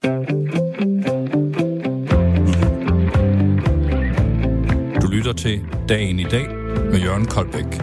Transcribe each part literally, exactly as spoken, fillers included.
Du lytter til Dagen i dag med Jørgen Koldbæk.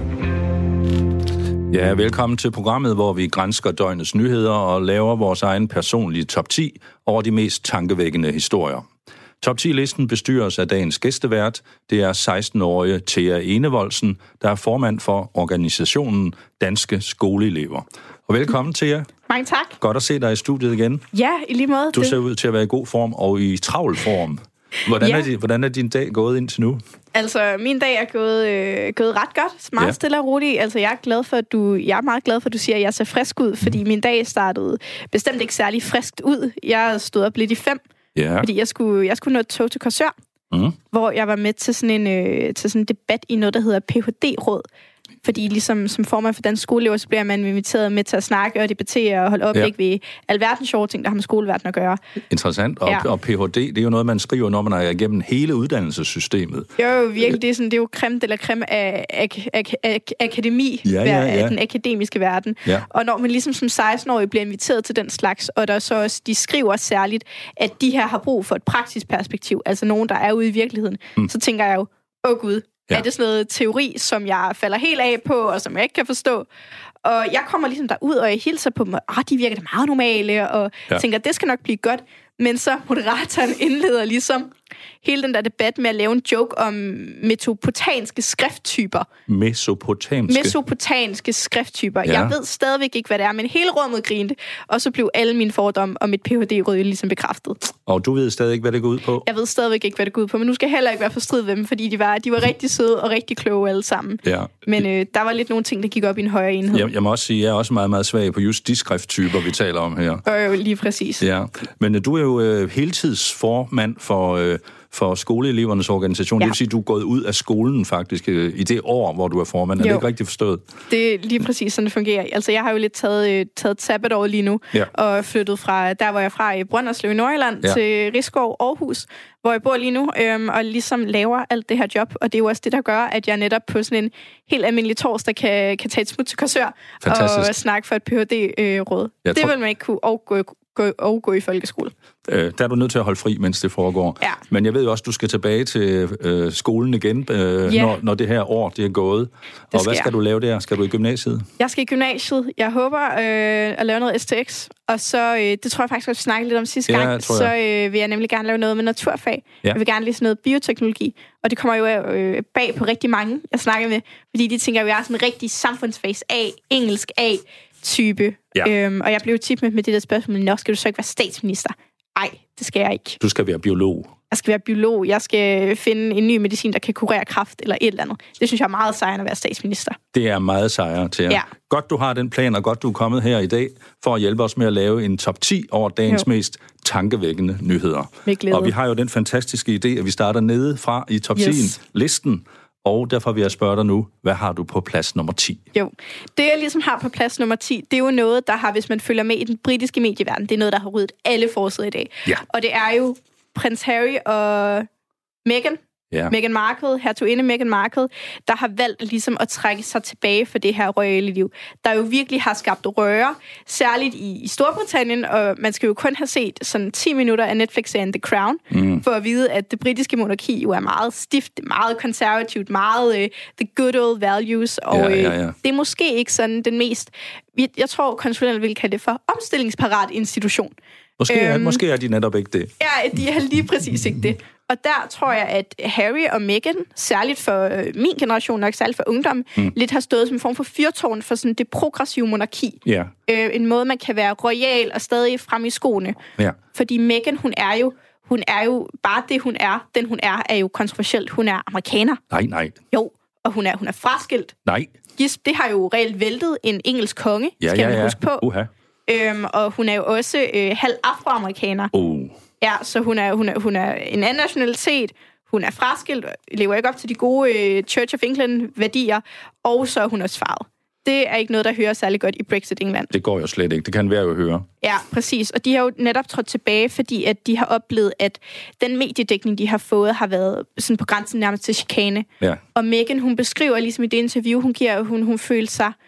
Ja, velkommen til programmet, hvor vi gransker døgnets nyheder og laver vores egen personlige top ti over de mest tankevækkende historier. Top ti-listen bestyres af dagens gæstevært. Det er seksten-årige Thea Enevoldsen, der er formand for organisationen Danske Skoleelever. Og velkommen, Thea. Mange tak. Godt at se dig i studiet igen. Ja, i lige måde. Du ser ud til at være i god form og i travl form. Hvordan, ja. er, din, hvordan er din dag gået indtil nu? Altså, min dag er gået, øh, gået ret godt. Meget ja. stille og roligt. Altså, jeg er, glad for, at du, jeg er meget glad for, at du siger, at jeg ser frisk ud, fordi min dag startede bestemt ikke særlig friskt ud. Jeg stod op lidt i fem, ja. fordi jeg skulle, jeg skulle nå et tog til Korsør, mm. hvor jeg var med til sådan, en, øh, til sådan en debat i noget, der hedder P H D-råd. Fordi ligesom som formand for Dansk Skoleelever, så bliver man inviteret med til at snakke og debattere og holde oplæg ja. ved alverdens sjove ting, der har med skoleverdenen at gøre. Interessant. Og, ja. og P H D, det er jo noget, man skriver, når man er igennem hele uddannelsessystemet. Jo, jo virkelig. Det er, sådan, det er jo creme de la creme af ak- ak- ak- akademi, ja, ja, ja. af den akademiske verden. Ja. Og når man ligesom som seksten-årig bliver inviteret til den slags, og der så også, de skriver særligt, at de her har brug for et praktisk perspektiv, altså nogen, der er ude i virkeligheden, mm. så tænker jeg jo, åh gud, ja. er det sådan noget teori, som jeg falder helt af på, og som jeg ikke kan forstå? Og jeg kommer ligesom derud, og jeg hilser på dem, og ah, de virker da meget normale, og ja. tænker, at det skal nok blive godt. Men så moderatoren indleder ligesom hele den der debat med at lave en joke om mesopotamske skrifttyper. Mesopotamske? Mesopotamske skrifttyper. Ja. Jeg ved stadigvæk ikke, hvad det er, men hele rummet grinte, og så blev alle mine fordomme om mit P H D-rød ligesom bekræftet. Og du ved stadig ikke, hvad det går ud på? Jeg ved stadigvæk ikke, hvad det går ud på, men nu skal jeg heller ikke være for strid ved dem, fordi de var, de var rigtig søde og rigtig kloge alle sammen. Ja. Men øh, der var lidt nogle ting, der gik op i en højere enhed. Jeg, jeg må også sige, at jeg er også meget, meget svag på just de skrifttyper, vi taler om her. Øh, lige præcis. Ja. Men øh, du er jo øh, heltidsformand for... Øh, for skoleelevernes organisation. Ja. Det vil sige, at du er gået ud af skolen faktisk i det år, hvor du er formand. Er jo. det ikke rigtigt forstået? Det er lige præcis sådan, det fungerer. Altså, jeg har jo lidt taget, taget sabbatår lige nu, ja. og flyttet fra der, hvor jeg er fra i Brønderslev i Nordjylland, ja. til Risskov, Aarhus, hvor jeg bor lige nu, øhm, og ligesom laver alt det her job. Og det er jo også det, der gør, at jeg netop på sådan en helt almindelig torsdag kan, kan tage et smut til Korsør og snakke for et P H D-råd. Det tror... vil man ikke kunne og gå, gå, og gå i folkeskole. Øh, der er du nødt til at holde fri, mens det foregår. Ja. Men jeg ved jo også, at du skal tilbage til øh, skolen igen, øh, ja. når, når det her år det er gået. Det og hvad skal jeg. du lave der? Skal du i gymnasiet? Jeg skal i gymnasiet. Jeg håber øh, at lave noget S T X. Og så, øh, det tror jeg faktisk, at vi snakkede lidt om sidste ja, gang, så øh, vil jeg nemlig gerne lave noget med naturfag. Ja. Jeg vil gerne læse noget bioteknologi. Og det kommer jo øh, bag på rigtig mange, jeg snakker med. Fordi de tænker, at jeg er sådan en rigtig samfundsfags A, engelsk A-type. Ja. Øhm, og jeg blev tit med, med det der spørgsmål, nå, skal du så ikke være statsminister? Nej, det skal jeg ikke. Du skal være biolog. Jeg skal være biolog. Jeg skal finde en ny medicin, der kan kurere kræft eller et eller andet. Det synes jeg er meget sejrende at være statsminister. Det er meget sejrende til jer. Ja. Godt, du har den plan, og godt, du er kommet her i dag for at hjælpe os med at lave en top ti over dagens jo. mest tankevækkende nyheder. Og vi har jo den fantastiske idé, at vi starter nede fra i top ti-listen. Og derfor vil jeg spørge dig nu, hvad har du på plads nummer ti? Jo, det jeg ligesom har på plads nummer ti, det er jo noget, der har, hvis man følger med i den britiske medieverden, det er noget, der har ryddet alle forsider i dag. Ja. Og det er jo prins Harry og Meghan, ja. Meghan Markle, hertuginde Meghan Markle, der har valgt ligesom at trække sig tilbage for det her royale liv, der jo virkelig har skabt røre, særligt i, i Storbritannien, og man skal jo kun have set sådan ti minutter af Netflix-serien The Crown, mm. for at vide, at det britiske monarki jo er meget stift, meget konservativt, meget uh, the good old values, og ja, ja, ja. Uh, det er måske ikke sådan den mest, jeg, jeg tror, konsulenterne vil kalde det for omstillingsparat institution. Måske er, øhm, måske er de netop ikke det. Ja, de er lige præcis ikke det. Og der tror jeg, at Harry og Meghan, særligt for øh, min generation, nok særligt for ungdom, mm. lidt har stået som en form for fyrtårn for sådan det progressive monarki. Yeah. Øh, en måde, man kan være royal og stadig frem i skoene. Yeah. Fordi Meghan, hun er jo hun er jo bare det, hun er. Den, hun er, er jo kontroversielt. Hun er amerikaner. Nej, nej. Jo, og hun er, hun er fraskilt. Nej. Gisp, det har jo reelt væltet en engelsk konge, ja, skal ja, man ja. huske på. Uh-huh. Øhm, og hun er jo også øh, halv afroamerikaner. Uh. Ja, så hun er, hun, er, hun er en anden nationalitet. Hun er fraskilt, lever ikke op til de gode øh, Church of England-værdier, og så er hun også farvet. Det er ikke noget, der hører særlig godt i Brexit England. Det går jo slet ikke. Det kan være jo høre. Ja, præcis. Og de har jo netop trådt tilbage, fordi at de har oplevet, at den mediedækning, de har fået, har været sådan på grænsen nærmest til chikane. Ja. Og Meghan, hun beskriver ligesom i det interview, hun giver, hun, hun følte sig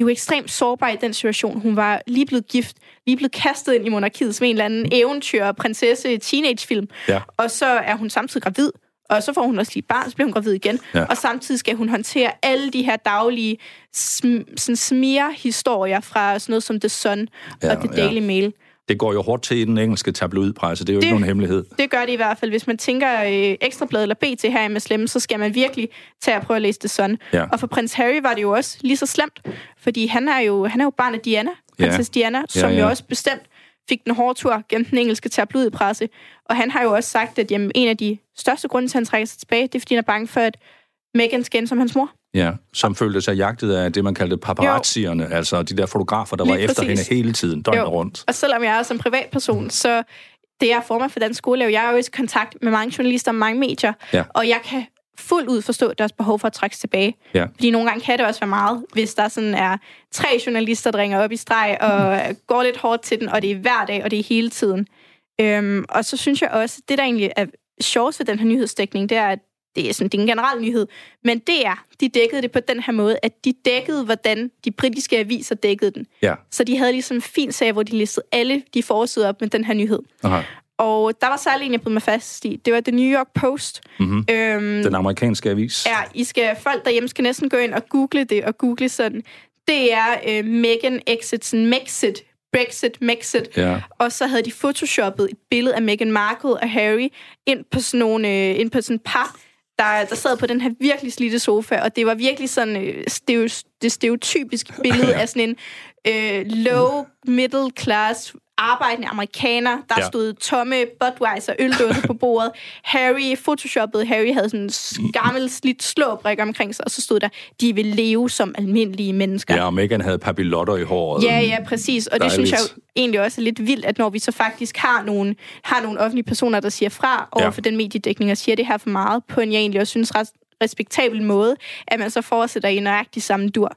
jo ekstremt sårbar i den situation. Hun var lige blevet gift, lige blevet kastet ind i monarkiet som en eller anden eventyr, prinsesse, teenagefilm. Ja. Og så er hun samtidig gravid. Og så får hun også lige et barn, så bliver hun gravid igen. Ja. Og samtidig skal hun håndtere alle de her daglige sm- sådan smier-historier fra sådan noget som The Sun ja, og The Daily ja. Mail. Det går jo hårdt til i den engelske tabloidpresse. Det er jo det, ikke nogen hemmelighed. Det gør det i hvert fald. Hvis man tænker øh, Ekstrabladet eller B T her med slemme, så skal man virkelig tage at prøve at læse The Sun. Ja. Og for prins Harry var det jo også lige så slemt, fordi han er jo, han er jo barn af Diana, prinsesse ja. Diana, som ja, ja. jo også bestemt fik den hårde tur gennem den engelske tabloidpresse. Og han har jo også sagt, at jamen, en af de største grunde til, at han trækker sig tilbage, det er, fordi han er bange for, at Meghan skal ende som hans mor. Ja, som følte sig jagtet af det, man kaldte paparazzierne, altså de der fotografer, der lige var efter præcis. hende hele tiden, døgnet rundt. Og selvom jeg er som privatperson, så det jeg er formand for Dansk Skoleelev, jeg er jo i kontakt med mange journalister og mange medier, ja. og jeg kan fuldt ud forstå deres behov for at trække tilbage. Ja. Fordi nogle gange kan det også være meget, hvis der sådan er tre journalister, der ringer op i streg og mm. går lidt hårdt til den, og det er hver dag, og det er hele tiden. Øhm, og så synes jeg også, det der egentlig er sjovt ved den her nyhedsdækning, det er, at det er sådan det er en generel nyhed, men det er, de dækkede det på den her måde, at de dækkede, hvordan de britiske aviser dækkede den. Ja. Så de havde ligesom en fin sag, hvor de listede alle de forsider op med den her nyhed. Aha. Og der var særlig en, jeg blev med fast i. Det var The New York Post. Mm-hmm. Øhm, den amerikanske avis. Ja, I skal, folk derhjemme skal næsten gå ind og google det, og google sådan. Det er øh, Meghan exits Mexit. Brexit, Mexit. Ja. Og så havde de photoshoppet et billede af Meghan Markle og Harry ind på sådan nogle, øh, ind på sådan et par, der, der sad på den her virkelig slidte sofa, og det var virkelig sådan øh, steo, det stereotypiske billede af sådan en øh, low middle class arbejdende amerikaner, der ja. stod tomme Budweiser øldåser på bordet. Harry, photoshoppet Harry, havde sådan en gammel slidt slåbrik omkring sig, og så stod der, de vil leve som almindelige mennesker. Ja, og Meghan havde papillotter i håret. Ja, ja, præcis. Og Dejligt. Det synes jeg jo egentlig også er lidt vildt, at når vi så faktisk har nogle, har nogle offentlige personer, der siger fra over ja. for den mediedækning, og siger det her for meget, på en jeg egentlig også synes ret respektabel måde, at man så fortsætter i nøjagtig samme dur.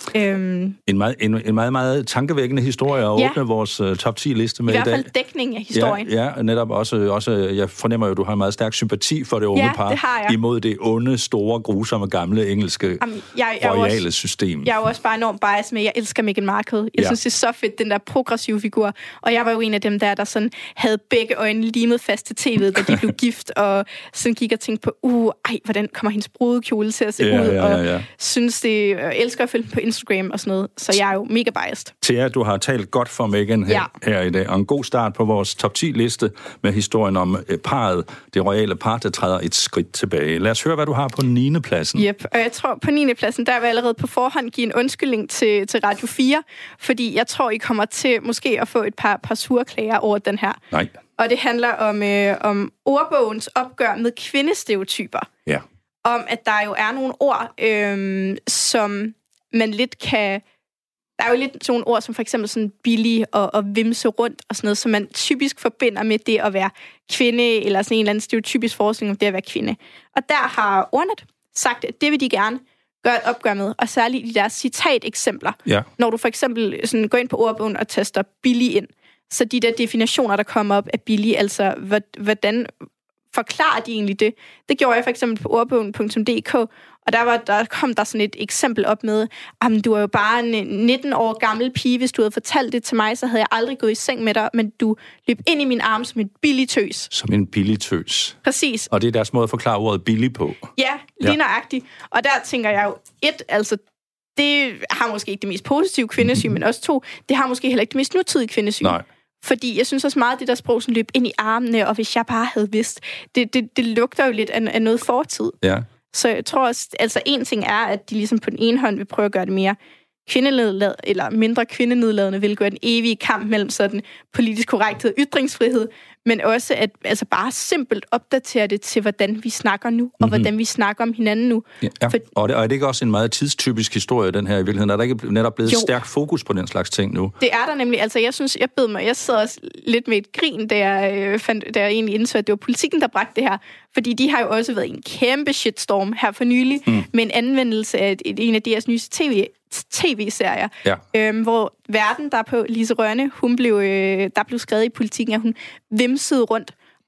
Øhm, en, meget, en, en meget, meget tankevækkende historie at ja. åbne vores uh, top ti-liste med i dag. I hvert fald dækning af historien. Ja, ja, netop også, også, jeg fornemmer jo, at du har en meget stærk sympati for det unge ja, par, det imod det onde, store, grusomme, gamle engelske Jamen, jeg, jeg royale også, system. Jeg er jo også bare enormt biased med, jeg elsker Meghan Markle. Jeg ja. synes, det er så fedt, den der progressive figur. Og jeg var jo en af dem der, der sådan havde begge øjne limet fast til tv'et, da de blev gift, og sådan gik og tænkte på, uh, ej, hvordan kommer hendes brudekjole til at se ja, ud, ja, ja, ja. og synes det, og elsker at følge på Instagram og sådan noget, så jeg er jo mega biased. Thea, du har talt godt for Meghan her, ja. her i dag, og en god start på vores top ti-liste med historien om parret, det royale par, der træder et skridt tilbage. Lad os høre, hvad du har på niende pladsen. Yep, og jeg tror på niende pladsen, der vil jeg allerede på forhånd give en undskyldning til, til Radio fire, fordi jeg tror, I kommer til måske at få et par, par surklager over den her. Nej. Og det handler om, øh, om ordbogens opgør med kvindestereotyper. Ja. Om, at der jo er nogle ord, øh, som man lidt kan... Der er jo lidt sådan nogle ord, som for eksempel sådan billig og, og vimse rundt og sådan noget, som man typisk forbinder med det at være kvinde, eller sådan en eller anden stereotypisk forestilling om det at være kvinde. Og der har Ordnet sagt, at det vil de gerne gøre et opgør med, og særligt i deres citateksempler. Ja. Når du for eksempel sådan går ind på ordbogen og taster billig ind, så de der definitioner, der kommer op af billig, altså hvordan forklarer de egentlig det? Det gjorde jeg for eksempel på ordbogen punktum d k, og der, var, der kom der sådan et eksempel op med, jamen du er jo bare en nitten år gammel pige, hvis du havde fortalt det til mig, så havde jeg aldrig gået i seng med dig, men du løb ind i min arm som en billig tøs. Som en billig tøs. Præcis. Og det er deres måde at forklare ordet billig på. Ja, lige ja. nøjagtigt. Og der tænker jeg jo, et, altså, det har måske ikke det mest positive kvindesyn, men også to, det har måske heller ikke det mest nutidige kvindesyn. Nej. Fordi jeg synes også meget, at det der sprog, som løb ind i armene, og hvis jeg bare havde vidst, det, det, det lugter jo lidt af, af noget fortid. Ja. Så jeg tror også, altså en ting er, at de ligesom på den ene hånd vil prøve at gøre det mere kvindenedladende, eller mindre kvindenedladende, vil gøre den evige kamp mellem sådan politisk korrekthed og ytringsfrihed, men også at altså bare simpelt opdatere det til, hvordan vi snakker nu, og mm-hmm. hvordan vi snakker om hinanden nu. Ja, For, og, det, og er det ikke også en meget tidstypisk historie, den her i virkeligheden? Er der ikke netop blevet jo. stærkt fokus på den slags ting nu? Det er der nemlig. Altså, jeg synes, jeg bed mig, jeg sidder også lidt med et grin, da jeg, øh, fandt, da jeg egentlig indså, at det var Politikken, der bragte det her. Fordi de har jo også været i en kæmpe shitstorm her for nylig, mm. med en anvendelse af et, et, en af deres nye tv tv-serier, ja. øhm, hvor verden der på Lise Rønne, hun blev, øh, der blev skrevet i Politikken, at hun vimsede rundt,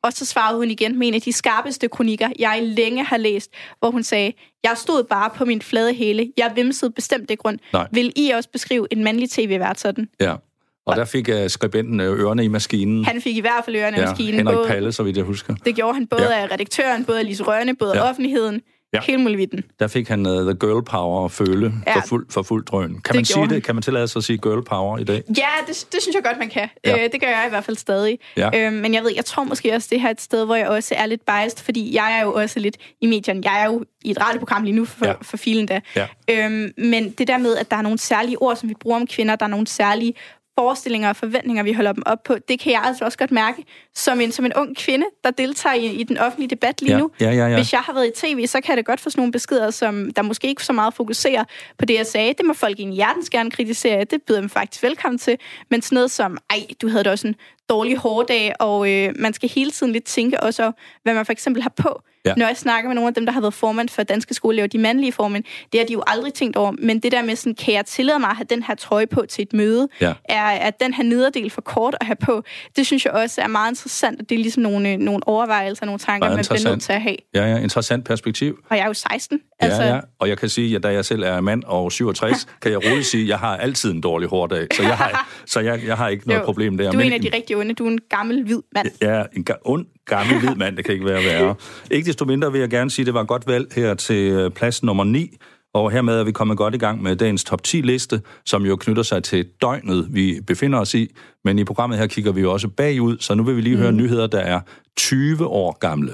Og så svarede hun igen med en af de skarpeste kronikker, jeg længe har læst, hvor hun sagde, jeg stod bare på min flade hæle. Jeg vimsede bestemt ikke rundt. Nej. Vil I også beskrive en mandlig tv-vært sådan? Ja. Og der fik uh, skribenten ørerne i maskinen. Han fik i hvert fald ørerne ja, i maskinen. Henrik både, Palle, så vidt jeg husker. Det gjorde han både ja. af redaktøren, både af Lise Rønne, både ja. af offentligheden. Ja. Hele muligheden. Der fik han uh, the girl power at føle ja. for fuld, for fuld drøn. Kan det man sige han. det? Kan man tillade sig at sige girl power i dag? Ja, det, det synes jeg godt, man kan. Ja. Øh, det gør jeg i hvert fald stadig. Ja. Øh, men jeg ved, jeg tror måske også, det her er et sted, hvor jeg også er lidt biased, fordi jeg er jo også lidt i medierne. Jeg er jo i et radioprogram lige nu for, ja. for filen da. Ja. Øh, men det der med, at der er nogle særlige ord, som vi bruger om kvinder, der er nogle særlige forestillinger og forventninger, vi holder dem op på, det kan jeg altså også godt mærke som en, som en ung kvinde, der deltager i, i den offentlige debat lige ja. nu. Ja, ja, ja. Hvis jeg har været i tv, så kan det godt få sådan nogle beskeder, som der måske ikke så meget fokuserer på det, jeg sagde. Det må folk egentlig hjertens gerne kritisere. Det byder dem faktisk velkommen til. Men sådan noget som, ej, du havde da også en dårlig hårdag, og øh, man skal hele tiden lidt tænke også, hvad man for eksempel har på. Ja. Når jeg snakker med nogle af dem, der har været formand for Danske Skoleelever, de mandlige formænd, det har de jo aldrig tænkt over. Men det der med sådan, kan jeg tillade mig at have den her trøje på til et møde? Ja. Er, er den her nederdel for kort at have på? Det synes jeg også er meget interessant, og det er ligesom nogle, nogle overvejelser, nogle tanker, man bliver nødt til at have. Ja, ja, interessant perspektiv. Og jeg er jo seksten. Altså... Ja, ja, og jeg kan sige, at da jeg selv er mand og syvogtres, kan jeg roligt sige, at jeg har altid en dårlig hårdag. Så jeg har, så jeg, jeg har ikke noget jo, problem der. Du er men, en af de rigtig onde. Du er en gammel, hvid mand. Ja, en ga- ond, gammel, hvid mand. Det kan ikke være værre. Ikke desto mindre vil jeg gerne sige, at det var et godt valg her til plads nummer ni. Og hermed er vi kommet godt i gang med dagens top ti-liste, som jo knytter sig til døgnet, vi befinder os i. Men i programmet her kigger vi jo også bagud, så nu vil vi lige mm. høre nyheder, der er tyve år gamle.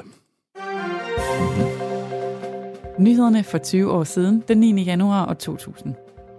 Nyhederne for tyve år siden, den niende januar år to tusind.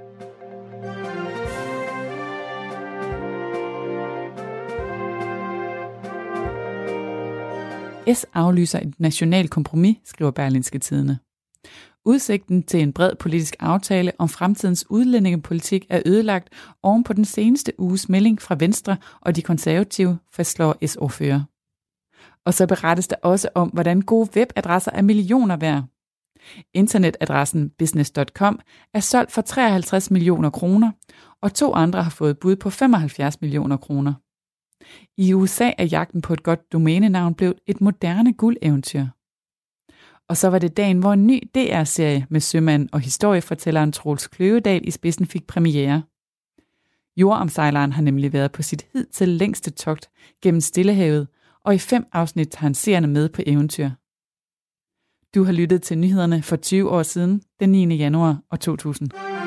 S aflyser et nationalt kompromis, skriver Berlingske Tidende. Udsigten til en bred politisk aftale om fremtidens udlændingepolitik er ødelagt oven på den seneste uges melding fra Venstre og de konservative, fastslår S-ordfører. Og så berettes der også om, hvordan gode webadresser er millioner værd. Internetadressen business punktum com er solgt for treoghalvtreds millioner kroner, og to andre har fået bud på femoghalvfjerds millioner kroner. I U S A er jagten på et godt domænenavn blevet et moderne guldeventyr. Og så var det dagen, hvor en ny D R-serie med sømand og historiefortælleren Troels Kløvedal i spidsen fik premiere. Jordomsejleren har nemlig været på sit hidtil længste togt gennem Stillehavet, og i fem afsnit tager han seerne med på eventyr. Du har lyttet til nyhederne for tyve år siden, den niende januar år to tusind.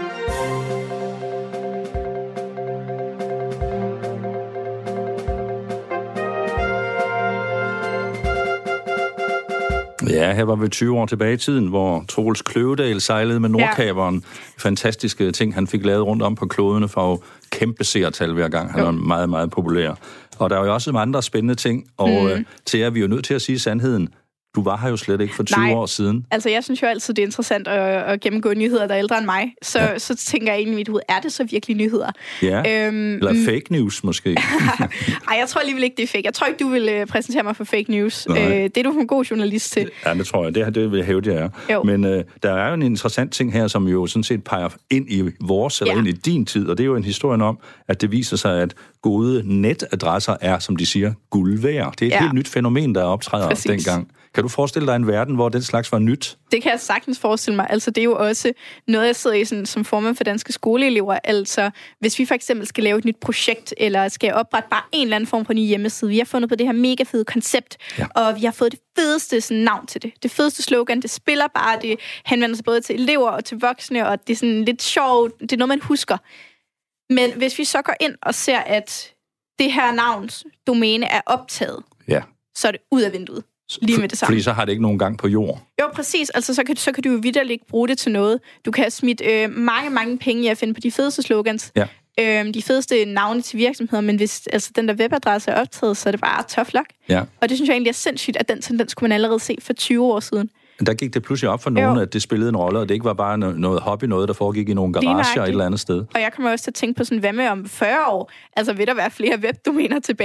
Ja, her var vi tyve år tilbage i tiden, hvor Troels Kløvedal sejlede med Nordkaberen. Ja. Fantastiske ting, han fik lavet rundt om på klodene for at kæmpe seertal hver gang. Han jo. var meget, meget populær. Og der er jo også andre spændende ting, og mm. øh, til jer, vi er jo nødt til at sige sandheden. Du var her jo slet ikke for tyve Nej. år siden. Altså, jeg synes jo altid, det er interessant at, at gennemgå nyheder, der er ældre end mig. Så, ja. så tænker jeg egentlig i mit hoved, er det så virkelig nyheder? Ja, øhm, eller fake news måske. Ej, jeg tror alligevel ikke, det er fake. Jeg tror ikke, du vil præsentere mig for fake news. Øh, det er du en god journalist til. Ja, det tror jeg. Det, det vil jeg hæve, det er. Jo. Men øh, der er jo en interessant ting her, som jo sådan set peger ind i vores, eller ja. ind i din tid. Og det er jo en historie om, at det viser sig, at gode netadresser er, som de siger, guld værd. Det er et ja. helt nyt fænomen, der optræder Præcis. dengang. Kan du forestille dig en verden, hvor den slags var nyt? Det kan jeg sagtens forestille mig. Altså, det er jo også noget, jeg sidder i sådan, som formand for Danske Skoleelever. Altså, hvis vi for eksempel skal lave et nyt projekt, eller skal oprette bare en eller anden form for ny hjemmeside. Vi har fundet på det her mega fede koncept, ja. og vi har fået det fedeste sådan, navn til det. Det fedeste slogan, det spiller bare, det henvender sig både til elever og til voksne, og det er sådan lidt sjovt. Det er noget, man husker. Men hvis vi så går ind og ser, at det her navns domæne er optaget, ja. så er det ud af vinduet. Lige med det samme. Fordi så har det ikke nogen gang på jord. Jo, præcis. Altså, så kan, så kan du jo vitterligt ikke bruge det til noget. Du kan have smidt øh, mange, mange penge i at finde på de fedeste slogans. Ja. Øh, de fedeste navne til virksomheder. Men hvis altså, den der webadresse er optaget, så er det bare tough luck. Ja. Og det synes jeg egentlig er sindssygt, at den tendens kunne man allerede se for tyve år siden. Der gik det pludselig op for nogen, jo. at det spillede en rolle, og det ikke var bare noget hobby, noget, der foregik i nogle garager et eller andet sted. Og jeg kommer også til at tænke på sådan, hvad med om fyrre år? Altså, vil der være flere webdomæner tilbage?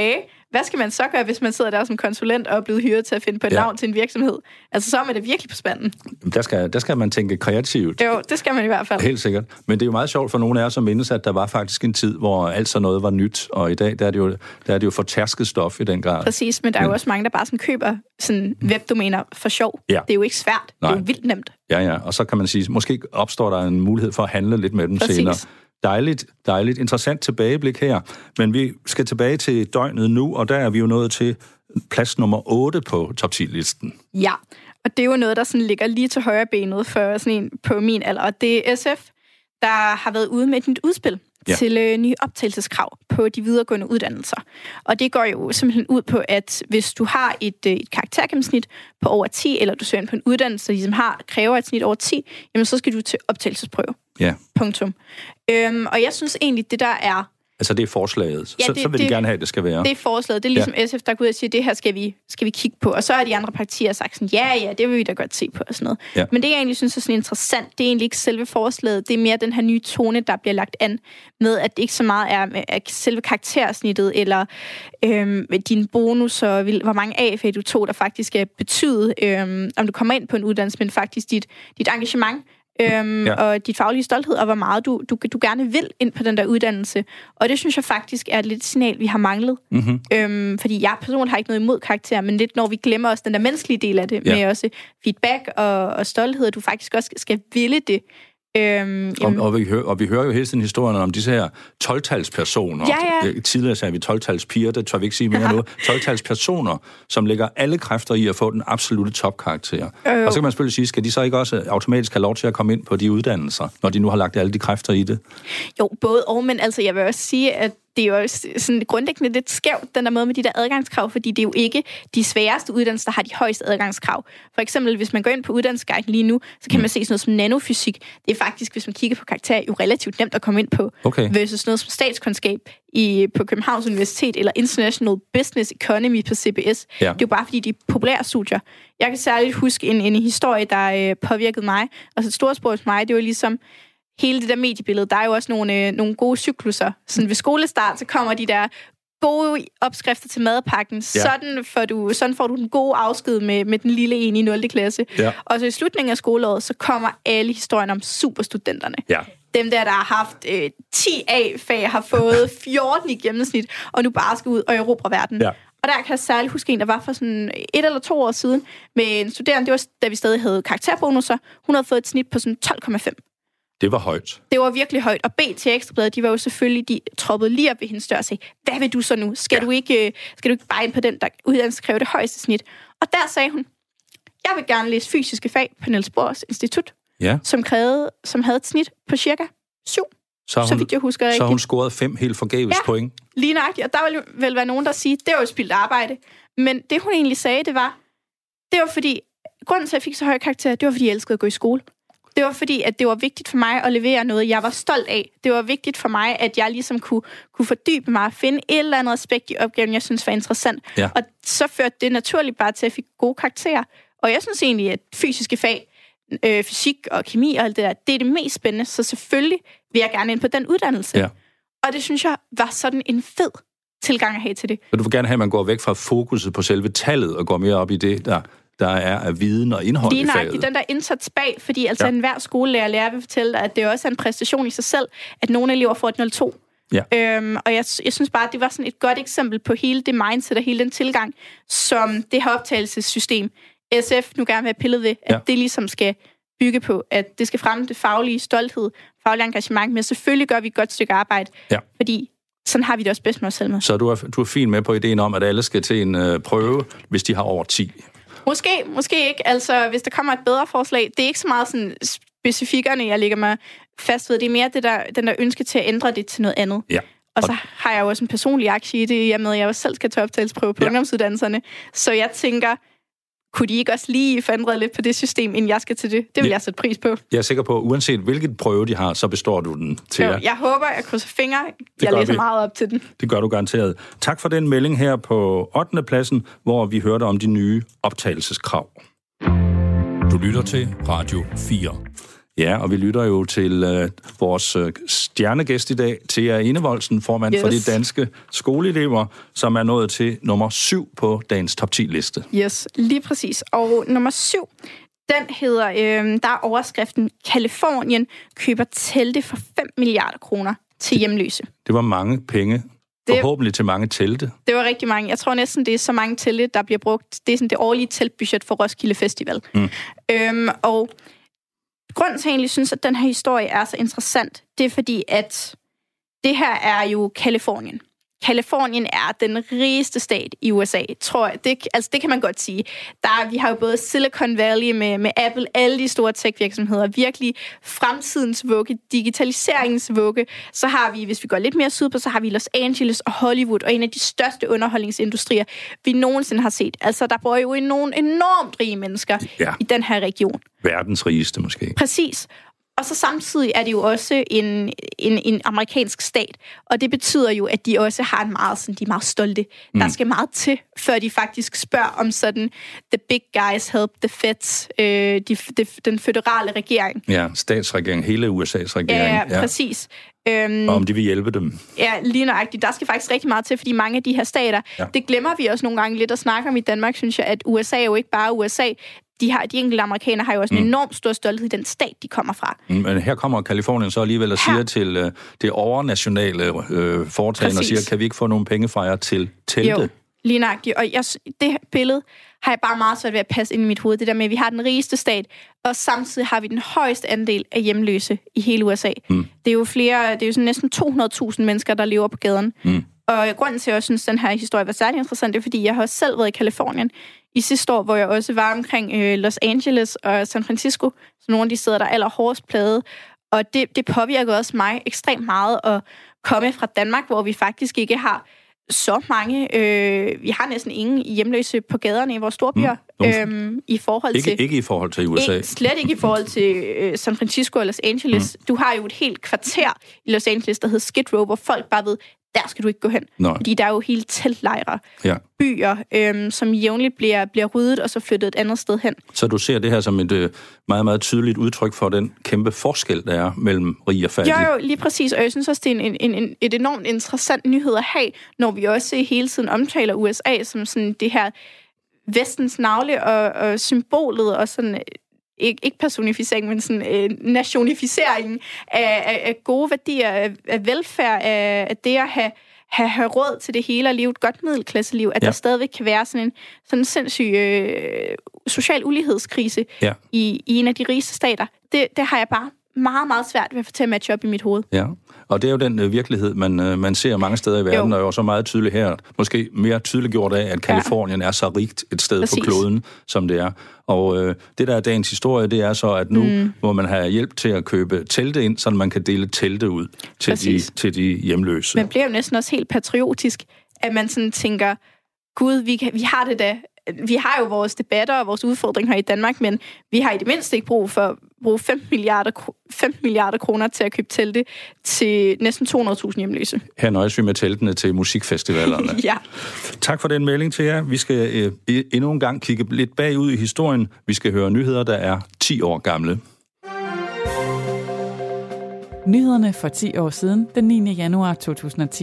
hvad skal man så gøre, hvis man sidder der som konsulent og er blevet hyret til at finde på et ja. navn til en virksomhed? Altså, så er man det virkelig på spanden. Der skal, der skal man tænke kreativt. Jo, det skal man i hvert fald. Helt sikkert. Men det er jo meget sjovt for nogle af os at mindes, at der var faktisk en tid, hvor alt sådan noget var nyt, og i dag der er det jo, der er det jo fortærsket stof i den grad. Præcis, men der er jo også mange, der bare sådan køber sådan webdomæner for sjov. Ja. Det er jo ikke svært. Nej. Det er jo vildt nemt. Ja, ja, og så kan man sige, måske opstår der en mulighed for at handle lidt med dem Præcis. senere. Dejligt, dejligt. Interessant tilbageblik her. Men vi skal tilbage til døgnet nu, og der er vi jo nået til plads nummer otte på top ti-listen. Ja, og det er jo noget, der sådan ligger lige til højre benet for sådan en på min alder. Og det er S F, der har været ude med et nyt udspil ja. til øh, nye optagelseskrav på de videregående uddannelser. Og det går jo simpelthen ud på, at hvis du har et, øh, et karaktergennemsnit på over ti, eller du søger ind på en uddannelse, der ligesom har, kræver et snit over ti, jamen så skal du til optagelsesprøve. Ja. Punktum. Øhm, og jeg synes egentlig, det der er... Altså det er forslaget. Ja, så, det, så vil det, de gerne have, at det skal være. Det er forslaget. Det er ligesom ja. S F, der går ud og siger, det her skal vi, skal vi kigge på. Og så er de andre partier sagt sådan, ja, ja, det vil vi da godt se på og sådan noget. Ja. Men det, jeg egentlig synes er sådan interessant, det er egentlig ikke selve forslaget. Det er mere den her nye tone, der bliver lagt an med, at det ikke så meget er at selve karaktersnittet, eller øhm, dine bonus, og hvor mange A F du tog, der faktisk skal betyde, øhm, om du kommer ind på en uddannelse, men faktisk dit, dit engagement, Øhm, ja. og dit faglige stolthed, og hvor meget du, du, du gerne vil ind på den der uddannelse. Og det synes jeg faktisk er et lidt signal, vi har manglet. Mm-hmm. Øhm, fordi jeg personligt har ikke noget imod karakter, men lidt når vi glemmer også den der menneskelige del af det, ja. med også feedback og, og stolthed, at du faktisk også skal ville det. Øhm, og, og, vi hører, og vi hører jo hele tiden historien om disse her tolv-talspersoner. Ja, ja. Tidligere sagde vi tolv-talspiger, det tør vi ikke sige mere ja. nu. tolv-talspersoner, som lægger alle kræfter i at få den absolute topkarakter. Øh. Og så kan man selvfølgelig sige, skal de så ikke også automatisk have lov til at komme ind på de uddannelser, når de nu har lagt alle de kræfter i det? Jo, både og, men altså jeg vil også sige, at det er jo sådan grundlæggende lidt skævt, den der måde med de der adgangskrav, fordi det er jo ikke de sværeste uddannelser, der har de højeste adgangskrav. For eksempel, hvis man går ind på uddannelsesguiden lige nu, så kan mm. man se sådan noget som nanofysik. Det er faktisk, hvis man kigger på karakter, jo relativt nemt at komme ind på. Okay. Versus noget som statskundskab i, på Københavns Universitet, eller International Business Economy på C B S. Ja. Det er jo bare, fordi de er populære studier. Jeg kan særligt huske en, en historie, der øh, påvirkede mig, og så et stort spor hos mig, det var ligesom hele det der mediebillede. Der er jo også nogle, øh, nogle gode cykluser. Sådan ved skolestart, så kommer de der gode opskrifter til madpakken. Ja. Sådan, får du, sådan får du den gode afsked med, med den lille en i nul klasse. Ja. Og så i slutningen af skoleåret, så kommer alle historien om superstudenterne. Ja. Dem der, der har haft øh, ti A-fag, har fået fjorten i gennemsnit, og nu bare skal ud og erobre verden. Ja. Og der kan jeg særligt huske en, der var for sådan et eller to år siden, med en studerende, det var da vi stadig havde karakterbonusser. Hun havde fået et snit på sådan tolv komma fem. Det var højt. Det var virkelig højt. Og B T Ekstrabladet, de var jo selvfølgelig, de troppede lige op ved hendes dør og sagde, hvad vil du så nu? Skal, ja. du, ikke, skal du ikke bare ind på den, der uddannelse kræver det højeste snit? Og der sagde hun, jeg vil gerne læse fysiske fag på Niels Bohrs Institut, ja. som, krævede, som havde et snit på cirka syv. Så, hun, så vidt jeg husker rigtigt. Så hun scorede fem helt forgæves ja, point. Lige nøjagtigt. Og der vil vel være nogen, der siger, det var jo spildt arbejde. Men det, hun egentlig sagde, det var, det var fordi, grunden til, at jeg fik så høje karakterer, det var, fordi jeg elskede at gå i skole. Det var fordi, at det var vigtigt for mig at levere noget, jeg var stolt af. Det var vigtigt for mig, at jeg ligesom kunne, kunne fordybe mig og finde et eller andet aspekt i opgaven, jeg synes var interessant. Ja. Og så førte det naturligt bare til, at jeg fik gode karakterer. Og jeg synes egentlig, at fysiske fag, øh, fysik og kemi og alt det der, det er det mest spændende. Så selvfølgelig vil jeg gerne ind på den uddannelse. Ja. Og det synes jeg var sådan en fed tilgang at have til det. Så du vil gerne have, at man går væk fra fokuset på selve tallet og går mere op i det, der... der er af viden og indhold i faget. Det er den der indsats bag, fordi altså ja. enhver skolelærer lærer vil fortælle dig, at det også er en præstation i sig selv, at nogle elever får et nul to. Ja. Øhm, og jeg, jeg synes bare, at det var sådan et godt eksempel på hele det mindset og hele den tilgang, som det her optagelsessystem, S F nu gerne vil have pillet ved, at ja. det ligesom skal bygge på, at det skal fremme det faglige stolthed, faglige engagement, men selvfølgelig gør vi et godt stykke arbejde, ja. fordi sådan har vi det også bedst med os selv med. Så du er, du er fin med på ideen om, at alle skal til en øh, prøve, hvis de har over ti? Måske, måske ikke. Altså, hvis der kommer et bedre forslag, det er ikke så meget sådan specifikkerne, jeg lægger mig fast ved. Det er mere det der, den der ønske til at ændre det til noget andet. Ja. Og så har jeg jo også en personlig aktie i det, i og med, at jeg også selv skal tage optagelsesprøve på ja. ungdomsuddannelserne. Så jeg tænker, kunne de ikke også lige forandre lidt på det system, inden jeg skal til det? Det vil ja. jeg sætte pris på. Jeg er sikker på, at uanset hvilket prøve de har, så består du den til jo, jeg håber, jeg krydser fingre. Det jeg læser vi. meget op til den. Det gør du garanteret. Tak for den melding her på ottende pladsen, hvor vi hørte om de nye optagelseskrav. Du lytter til Radio fire. Ja, og vi lytter jo til øh, vores øh, stjernegæst i dag, Thea Enevoldsen, formand yes. for de danske skoleelever, som er nået til nummer syv på dagens top ti-liste. Yes, lige præcis. Og nummer syv, den hedder, øh, der er overskriften, Californien køber telte for fem milliarder kroner til hjemløse. Det var mange penge. Det, forhåbentlig til mange telte. Det var rigtig mange. Jeg tror næsten, det er så mange telte, der bliver brugt. Det er sådan det årlige teltbudget for Roskilde Festival. Mm. Øhm, og grunden til, at jeg egentlig synes, at den her historie er så interessant, det er fordi, at det her er jo Californien. Californien er den rigeste stat i U S A, tror jeg. Det, altså, det kan man godt sige. Der, vi har jo både Silicon Valley med, med Apple, alle de store tech-virksomheder, virkelig fremtidens vugge, digitaliseringens vugge. Så har vi, hvis vi går lidt mere syd på, så har vi Los Angeles og Hollywood, og en af de største underholdningsindustrier, vi nogensinde har set. Altså, der bor jo nogle enormt rige mennesker ja. i den her region. Verdens rigeste måske. Præcis. Og så samtidig er det jo også en, en, en amerikansk stat, og det betyder jo, at de også har en meget, sådan, de er meget stolte. Mm. Der skal meget til, før de faktisk spørger om sådan, the big guys help the feds, øh, de, de, den føderale regering. Ja, statsregering, hele U S A's regering. Ja, ja. præcis. Øhm, og om de vil hjælpe dem. Ja, lige nøjagtigt. Der skal faktisk rigtig meget til, fordi mange af de her stater, ja. det glemmer vi også nogle gange lidt at snakke om i Danmark, synes jeg, at U S A er jo ikke bare U S A. De, har, de enkelte amerikanere har jo også en mm. enormt stor stolthed i den stat, de kommer fra. Men her kommer Californien så alligevel og siger her. til uh, det overnationale øh, foretagende og siger, kan vi ikke få nogle penge fra jer til telte? Jo, lige nøjagtigt. Og jeg, det billede har jeg bare meget svært ved at passe ind i mit hoved. Det der med, at vi har den rigeste stat, og samtidig har vi den højeste andel af hjemløse i hele U S A. Mm. Det er jo flere, det er jo sådan næsten to hundrede tusind mennesker, der lever på gaden. Mm. Og grunden til, at jeg synes, at den her historie var særlig interessant, det er, fordi jeg har også selv været i Californien i sidste år, hvor jeg også var omkring øh, Los Angeles og San Francisco, så nogle af de steder, der er allerhårdest plaget. Og det, det påvirker også mig ekstremt meget at komme fra Danmark, hvor vi faktisk ikke har så mange. Øh, vi har næsten ingen hjemløse på gaderne i vores storbyer. Mm. Øhm, i forhold ikke, til, ikke i forhold til U S A. Ikke, slet ikke i forhold til øh, San Francisco og Los Angeles. Mm. Du har jo et helt kvarter i Los Angeles, der hedder Skid Row, hvor folk bare ved, der skal du ikke gå hen. Nej. Fordi der er jo hele teltlejre, ja. byer, øhm, som jævnligt bliver, bliver ryddet og så flyttet et andet sted hen. Så du ser det her som et øh, meget, meget tydeligt udtryk for den kæmpe forskel, der er mellem rig og fattig? Jo, jo, lige præcis. Og jeg synes også, det er en, en, en, et enormt interessant nyhed at have, når vi også hele tiden omtaler U S A som sådan det her vestens navle og, og symbolet og sådan... Ikke, ikke personificering, men sådan øh, nationificering af, af, af gode værdier, af, af velfærd, af, af det at have, have, have råd til det hele og leve et godt middelklasseliv, at ja. der stadigvæk kan være sådan en sådan sindssyg øh, social ulighedskrise ja. i, i en af de rigeste stater. Det, det har jeg bare meget, meget svært ved at få til at matche op i mit hoved. Ja, og det er jo den øh, virkelighed, man, øh, man ser mange steder i verden, jo. og jo så meget tydeligt her, måske mere tydeligt gjort af, at Californien ja. er så rigt et sted Præcis. på kloden, som det er. Og øh, det, der er dagens historie, det er så, at nu mm. må man have hjælp til at købe telte ind, så man kan dele telte ud til, de, til de hjemløse. Man bliver jo næsten også helt patriotisk, at man sådan tænker, gud, vi, kan, vi har det da. Vi har jo vores debatter og vores udfordringer her i Danmark, men vi har i det mindste ikke brug for bruge fem milliarder kroner til at købe telte til næsten to hundrede tusind hjemløse. Her nøjes vi med teltene til musikfestivalerne. ja. Tak for den melding til jer. Vi skal øh, endnu en gang kigge lidt bagud i historien. Vi skal høre nyheder, der er ti år gamle. Nyhederne for ti år siden, den niende januar to tusind og ti.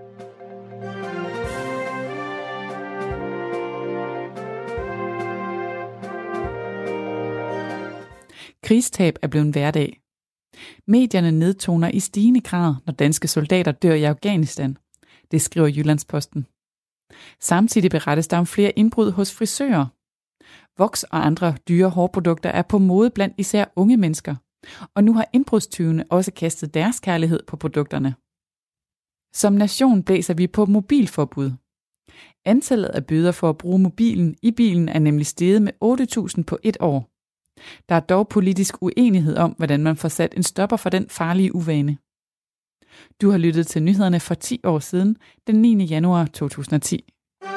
Krigstab er blevet en hverdag. Medierne nedtoner i stigende grad, når danske soldater dør i Afghanistan. Det skriver Jyllandsposten. Samtidig berettes der om flere indbrud hos frisører. Voks og andre dyre hårprodukter er på mode blandt især unge mennesker. Og nu har indbrudstyvene også kastet deres kærlighed på produkterne. Som nation blæser vi på mobilforbud. Antallet af bøder for at bruge mobilen i bilen er nemlig steget med otte tusind på et år. Der er dog politisk uenighed om, hvordan man får sat en stopper for den farlige uvane. Du har lyttet til nyhederne for ti år siden, den niende januar to tusind og ti.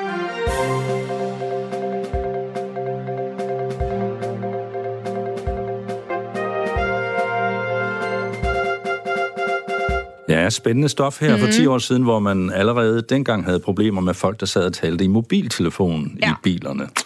Ja, spændende stof her mm-hmm. for ti år siden, hvor man allerede dengang havde problemer med folk, der sad og talte i mobiltelefonen ja. i bilerne.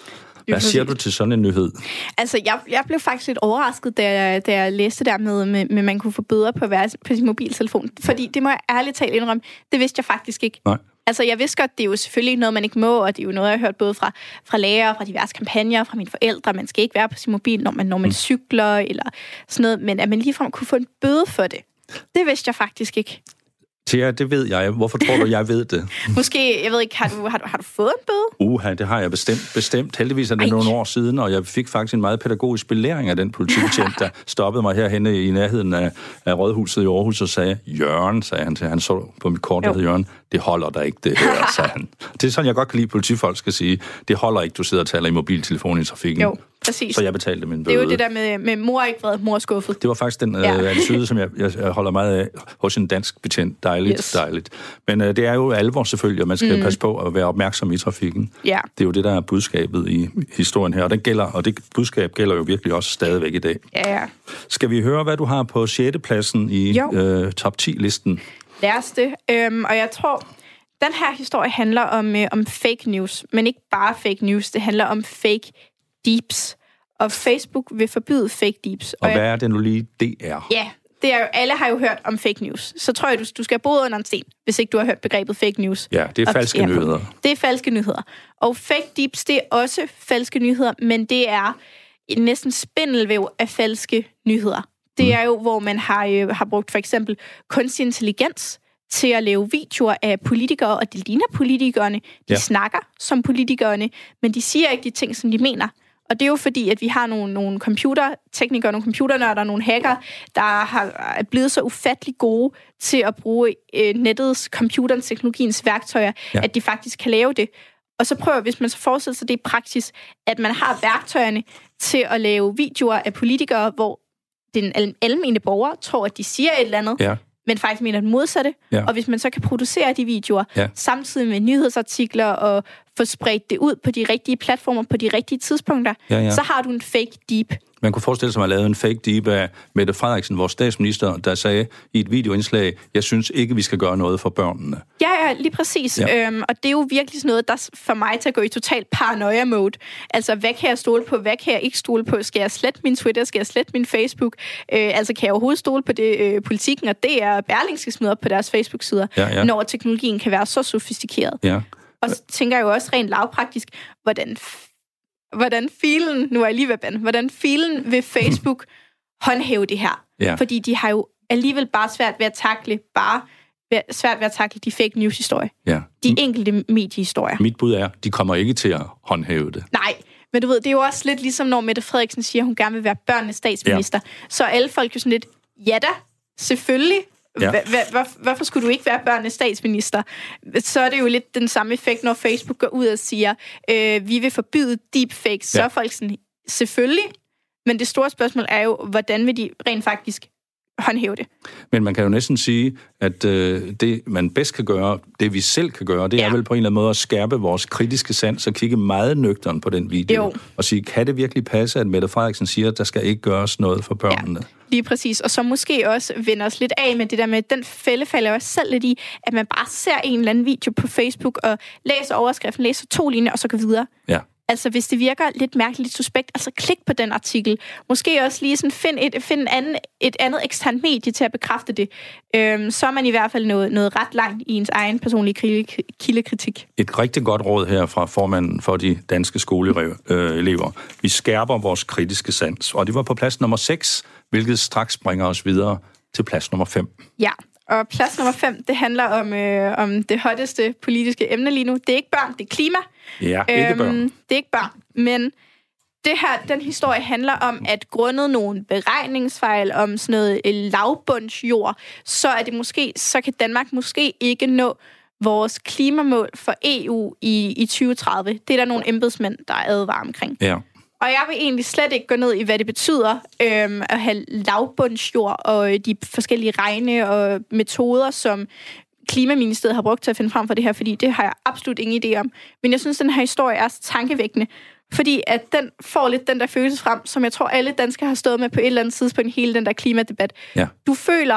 Hvad siger du til sådan en nyhed? Altså, jeg, jeg blev faktisk lidt overrasket, da jeg, da jeg læste der med, med, med, man kunne få bøder på, på sin mobiltelefon. Fordi det må jeg ærligt talt indrømme, det vidste jeg faktisk ikke. Nej. Altså, jeg vidste godt, det er jo selvfølgelig noget, man ikke må, og det er jo noget, jeg har hørt både fra, fra læger, fra diverse kampagner, fra mine forældre. Man skal ikke være på sin mobil, når man, når man mm. cykler, eller sådan noget. Men at man ligefrem kunne få en bøde for det, det vidste jeg faktisk ikke. Ja, det ved jeg. Hvorfor tror du, jeg ved det? Måske, jeg ved ikke, har du, har du, har du fået en bøde? Uha, det har jeg bestemt. bestemt. Heldigvis er det Ej. nogle år siden, og jeg fik faktisk en meget pædagogisk belæring af den politibetjent, der stoppede mig herhenne i nærheden af, af Rådhuset i Aarhus og sagde, Jørgen, sagde han til, han så på mit kort, der hed Jørgen, det holder der ikke, det her, sagde han. Det er sådan, jeg godt kan lide, politifolk skal sige, det holder ikke, du sidder og taler i mobiltelefonen i trafikken. Jo, præcis. Så jeg betalte min bøde. Det er jo det der med, med mor ikke vred, mor skuffet. Det var faktisk den ja. øh, attitude, som jeg, jeg holder meget af hos en dansk betjent. Dejligt, yes. dejligt. Men øh, det er jo alvor selvfølgelig, og man skal mm. passe på at være opmærksom i trafikken. Ja. Det er jo det, der er budskabet i historien her, og det gælder, og det budskab gælder jo virkelig også stadigvæk i dag. Ja, ja. Skal vi høre, hvad du har på sjette pladsen i øh, top ti-listen? Lad os det. Øhm, og jeg tror, den her historie handler om, øh, om fake news, men ikke bare fake news, det handler om fake deeps. Og Facebook vil forbyde fake deeps. Og, og hvad jeg, er det nu lige, det er? Ja, det er jo, alle har jo hørt om fake news. Så tror jeg, du, du skal have boet under en sten, hvis ikke du har hørt begrebet fake news. Ja, det er falske nyheder. Det er falske nyheder. Og fake deeps, det er også falske nyheder, men det er næsten spindelvæv af falske nyheder. Det mm. er jo, hvor man har, øh, har brugt for eksempel kunstig intelligens til at lave videoer af politikere, og det ligner politikerne. De ja. snakker som politikerne, men de siger ikke de ting, som de mener. Og det er jo fordi, at vi har nogle, nogle computerteknikere, nogle computernørder, nogle hacker, der har, er blevet så ufattelig gode til at bruge øh, nettets, computerens, teknologiens værktøjer, ja. at de faktisk kan lave det. Og så prøver, hvis man så forestiller sig det i praksis, at man har værktøjerne til at lave videoer af politikere, hvor den almene borger tror, at de siger et eller andet, ja. men faktisk mener det modsatte. Ja. Og hvis man så kan producere de videoer, ja. samtidig med nyhedsartikler og få spredt det ud på de rigtige platformer, på de rigtige tidspunkter, ja, ja. så har du en fake deep. Man kunne forestille sig, at man lavede en fake deep af Mette Frederiksen, vores statsminister, der sagde i et videoindslag, jeg synes ikke, vi skal gøre noget for børnene. Ja, ja, lige præcis. Ja. Øhm, og det er jo virkelig sådan noget, der for mig til at gå i total paranoia-mode. Altså, hvad kan jeg stole på? Hvad kan jeg ikke stole på? Skal jeg slette min Twitter? Skal jeg slette min Facebook? Øh, altså, kan jeg overhovedet stole på det, øh, politikken? Og det er Berlingske smider op på deres Facebook-sider, ja, ja. når teknologien kan være så sofistikeret. Ja. Og så tænker jeg jo også rent lavpraktisk, hvordan... Hvordan filen, nu er jeg lige ved band, hvordan filen vil Facebook håndhæve det her? Ja. Fordi de har jo alligevel bare svært ved at takle, bare svært ved at takle de fake news-historier. Ja. De enkelte mediehistorier. Mit bud er, de kommer ikke til at håndhæve det. Nej, men du ved, det er jo også lidt ligesom, når Mette Frederiksen siger, at hun gerne vil være børnenes statsminister. Ja. Så er alle folk jo sådan lidt, ja da, selvfølgelig. Ja. Hvorfor skulle du ikke være børnenes statsminister? Så er det jo lidt den samme effekt, når Facebook går ud og siger, øh, vi vil forbyde deepfakes. Ja. Så er folk sådan, selvfølgelig. Men det store spørgsmål er jo, hvordan vil de rent faktisk håndhæve det? Men man kan jo næsten sige, at øh, det, man bedst kan gøre, det vi selv kan gøre, det ja. er vel på en eller anden måde at skærpe vores kritiske sans og kigge meget nøgtern på den video. Jo. Og sige, kan det virkelig passe, at Mette Frederiksen siger, at der skal ikke gøres noget for børnene? Ja. Lige præcis, og så måske også vender os lidt af med det der med, den fælde falder også selv lidt i, at man bare ser en eller anden video på Facebook og læser overskriften, læser to linjer og så går videre. Ja. Altså, hvis det virker lidt mærkeligt, lidt suspekt, altså klik på den artikel. Måske også lige sådan, find et, find en anden, et andet eksternt medie til at bekræfte det. Øhm, så er man i hvert fald noget, noget ret langt i ens egen personlige kildekritik. Et rigtig godt råd her fra formanden for de danske skoleelever. Vi skærper vores kritiske sans. Og det var på plads nummer seks, hvilket straks bringer os videre til plads nummer fem. Ja, og plads nummer fem, det handler om, øh, om det hotteste politiske emne lige nu. Det er ikke børn, det er klima. Ja, ikke børn. Øhm, det er ikke børn, men det her, den historie handler om, at grundet nogle beregningsfejl om sådan noget lavbundsjord, så er det måske, så kan Danmark måske ikke nå vores klimamål for E U i, i tyve tredive. Det er der nogle embedsmænd, der er advaret omkring. Ja. Og jeg vil egentlig slet ikke gå ned i, hvad det betyder øhm, at have lavbundsjord og de forskellige regne og metoder, som Klimaministeriet har brugt til at finde frem for det her, fordi det har jeg absolut ingen idé om. Men jeg synes, den her historie er så tankevækkende, fordi at den får lidt den der følelse frem, som jeg tror, alle danskere har stået med på et eller andet tidspunkt i hele den der klimadebat. Ja. Du føler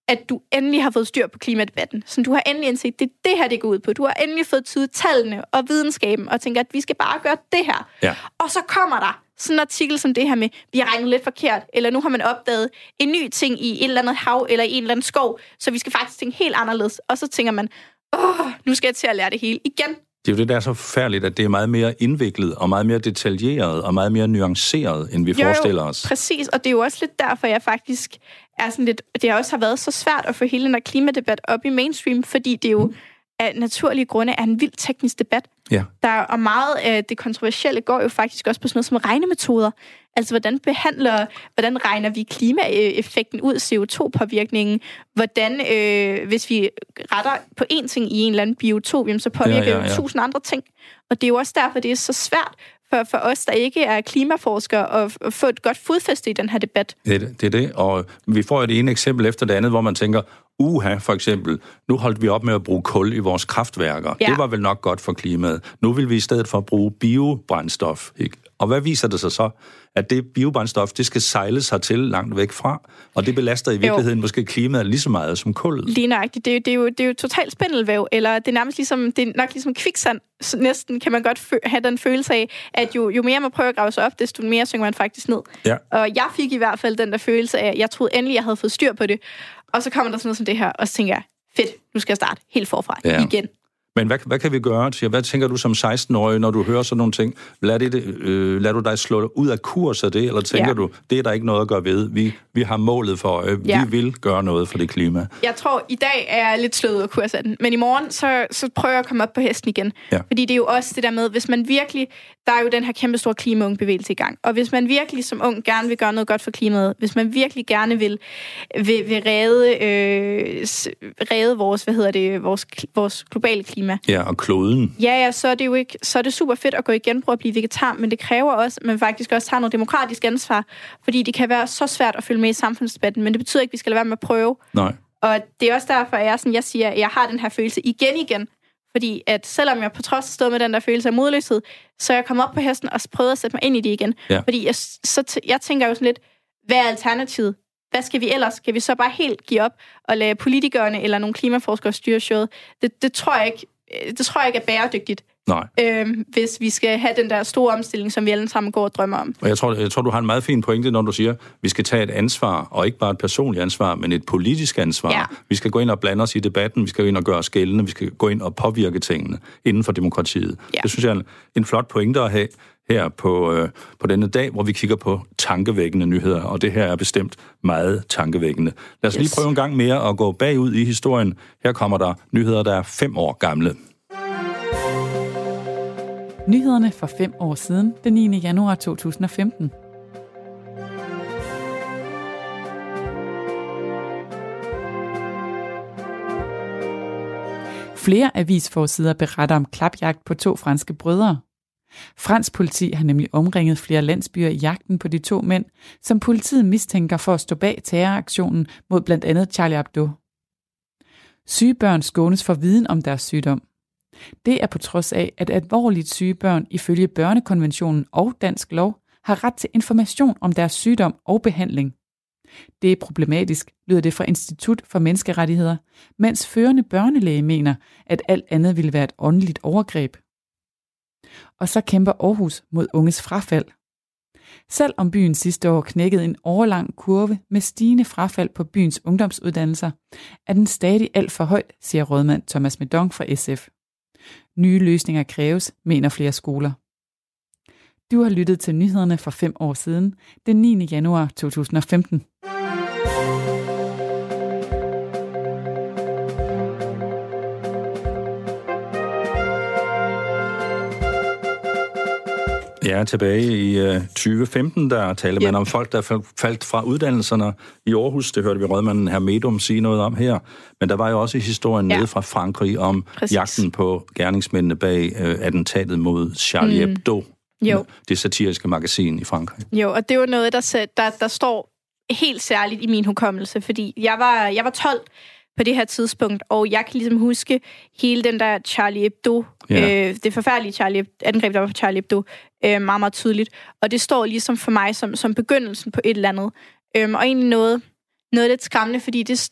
at du endelig har fået styr på klimadebatten. Så du har endelig indset, det er det her, det går ud på. Du har endelig fået tydet tallene og videnskaben, og tænker, at vi skal bare gøre det her. Ja. Og så kommer der sådan en artikel som det her med, vi har regnet lidt forkert, eller nu har man opdaget en ny ting i et eller andet hav, eller i en eller anden skov, så vi skal faktisk tænke helt anderledes. Og så tænker man, åh, nu skal jeg til at lære det hele igen. Det er jo det, der er så forfærdeligt, at det er meget mere indviklet, og meget mere detaljeret, og meget mere nuanceret, end vi jo, forestiller os. Præcis, og det er jo også lidt derfor, jeg faktisk er sådan lidt, det også har været så svært at få hele den der klimadebat op i mainstream, fordi det jo af naturlige grunde er en vild teknisk debat. Ja. Der er, og meget af det kontroversielle går jo faktisk også på sådan noget som regnemetoder. Altså, hvordan behandler, hvordan regner vi klimaeffekten ud, C O to påvirkningen? Hvordan, øh, hvis vi retter på én ting i en eller anden biotop, så påvirker ja, ja, ja. jo tusind andre ting. Og det er jo også derfor, det er så svært for, for os, der ikke er klimaforskere, at, at få et godt fodfæste i den her debat. Det er det, det er det, og vi får et ene eksempel efter det andet, hvor man tænker, uha, for eksempel, nu holdt vi op med at bruge kul i vores kraftværker. Ja. Det var vel nok godt for klimaet. Nu vil vi i stedet for bruge biobrændstof. Ikke? Og hvad viser det sig så? At det biobrændstof, det skal sejles hertil langt væk fra, og det belaster i virkeligheden jo. måske klimaet lige så meget som kullet. Lige nøjagtigt. Det er jo, det er jo, det er jo totalt spindelvæv, eller det er nærmest ligesom, det er nok ligesom kviksand. Så næsten kan man godt fø- have den følelse af, at jo, jo mere man prøver at grave sig op, desto mere synker man faktisk ned. Ja. Og jeg fik i hvert fald den der følelse af, at jeg troede endelig, jeg havde fået styr på det. Og så kommer der sådan noget som det her, og så tænker jeg, fedt, nu skal jeg starte helt forfra ja. igen. Men hvad, hvad kan vi gøre? Hvad tænker du som seksten-årig, når du hører sådan nogle ting? Lad, det, øh, lad du dig slå ud af kurs af det, eller tænker ja. du, det er der ikke noget at gøre ved? Vi, vi har målet for, øh, ja. vi vil gøre noget for det klima. Jeg tror, i dag er jeg lidt slået ud af kurs af den, men i morgen, så, så prøver jeg at komme op på hesten igen. Ja. Fordi det er jo også det der med, hvis man virkelig, der er jo den her kæmpe store klimaungbevægelse i gang, og hvis man virkelig som ung gerne vil gøre noget godt for klimaet, hvis man virkelig gerne vil, vil, vil redde, øh, redde vores, hvad hedder det, vores, vores globale klima. Ja, og kloden. Ja, ja, så er det jo ikke, så er det super fedt at gå i genbrug og blive vegetar, men det kræver også, at man faktisk også tager noget demokratisk ansvar, fordi det kan være så svært at følge med i samfundsdebatten, men det betyder ikke, at vi skal lade være med at prøve. Nej. Og det er også derfor, at jeg, sådan, jeg siger, at jeg har den her følelse igen igen, fordi at selvom jeg på trods af stået med den der følelse af modløshed, så er jeg kommet op på hesten og prøvet at sætte mig ind i det igen. Ja. Fordi jeg, så t- jeg tænker jo sådan lidt, hvad er alternativet? Hvad skal vi ellers? Skal vi så bare helt give op og lade politikerne eller nogle klimaforskere styre showet? Det, det tror jeg ikke. Det tror jeg ikke er bæredygtigt, Nej. Øhm, hvis vi skal have den der store omstilling, som vi alle sammen går og drømmer om. Og jeg tror, jeg tror, du har en meget fin pointe, når du siger, at vi skal tage et ansvar, og ikke bare et personligt ansvar, men et politisk ansvar. Ja. Vi skal gå ind og blande os i debatten, vi skal gå ind og gøre os gældende, vi skal gå ind og påvirke tingene inden for demokratiet. Ja. Det synes jeg er en, en flot pointe at have her på, øh, på denne dag, hvor vi kigger på tankevækkende nyheder, og det her er bestemt meget tankevækkende. Lad os yes. lige prøve en gang mere at gå bagud i historien. Her kommer der nyheder, der er fem år gamle. Nyhederne for fem år siden, den niende januar to tusind og femten. Flere avisforsider beretter om klapjagt på to franske brødre. Fransk politi har nemlig omringet flere landsbyer i jagten på de to mænd, som politiet mistænker for at stå bag terroraktionen mod blandt andet Charlie Hebdo. Syge børn skånes for viden om deres sygdom. Det er på trods af, at alvorligt syge børn ifølge børnekonventionen og dansk lov har ret til information om deres sygdom og behandling. Det er problematisk, lyder det fra Institut for Menneskerettigheder, mens førende børnelæge mener, at alt andet ville være et åndeligt overgreb. Og så kæmper Aarhus mod unges frafald. Selv om byen sidste år knækkede en årlang kurve med stigende frafald på byens ungdomsuddannelser, er den stadig alt for højt, siger rådmand Thomas Medon fra S F. Nye løsninger kræves, mener flere skoler. Du har lyttet til nyhederne for fem år siden, den niende januar to tusind og femten. Ja, tilbage i uh, tyve femten, der talte man yep. om folk, der faldt fra uddannelserne i Aarhus. Det hørte vi rådmanden hr. Medum sige noget om her. Men der var jo også historien ja. nede fra Frankrig om Præcis. jagten på gerningsmændene bag uh, attentatet mod Charlie mm. Hebdo. Jo. Det satiriske magasin i Frankrig. Jo, og det var noget, der, der, der står helt særligt i min hukommelse, fordi jeg var, jeg var tolv på det her tidspunkt, og jeg kan ligesom huske hele den der Charlie Hebdo, ja. øh, det forfærdelige Charlie, angreb, der var på Charlie Hebdo, øh, meget, meget tydeligt. Og det står ligesom for mig som, som begyndelsen på et eller andet. Øhm, og egentlig noget, noget lidt skræmmende, fordi det,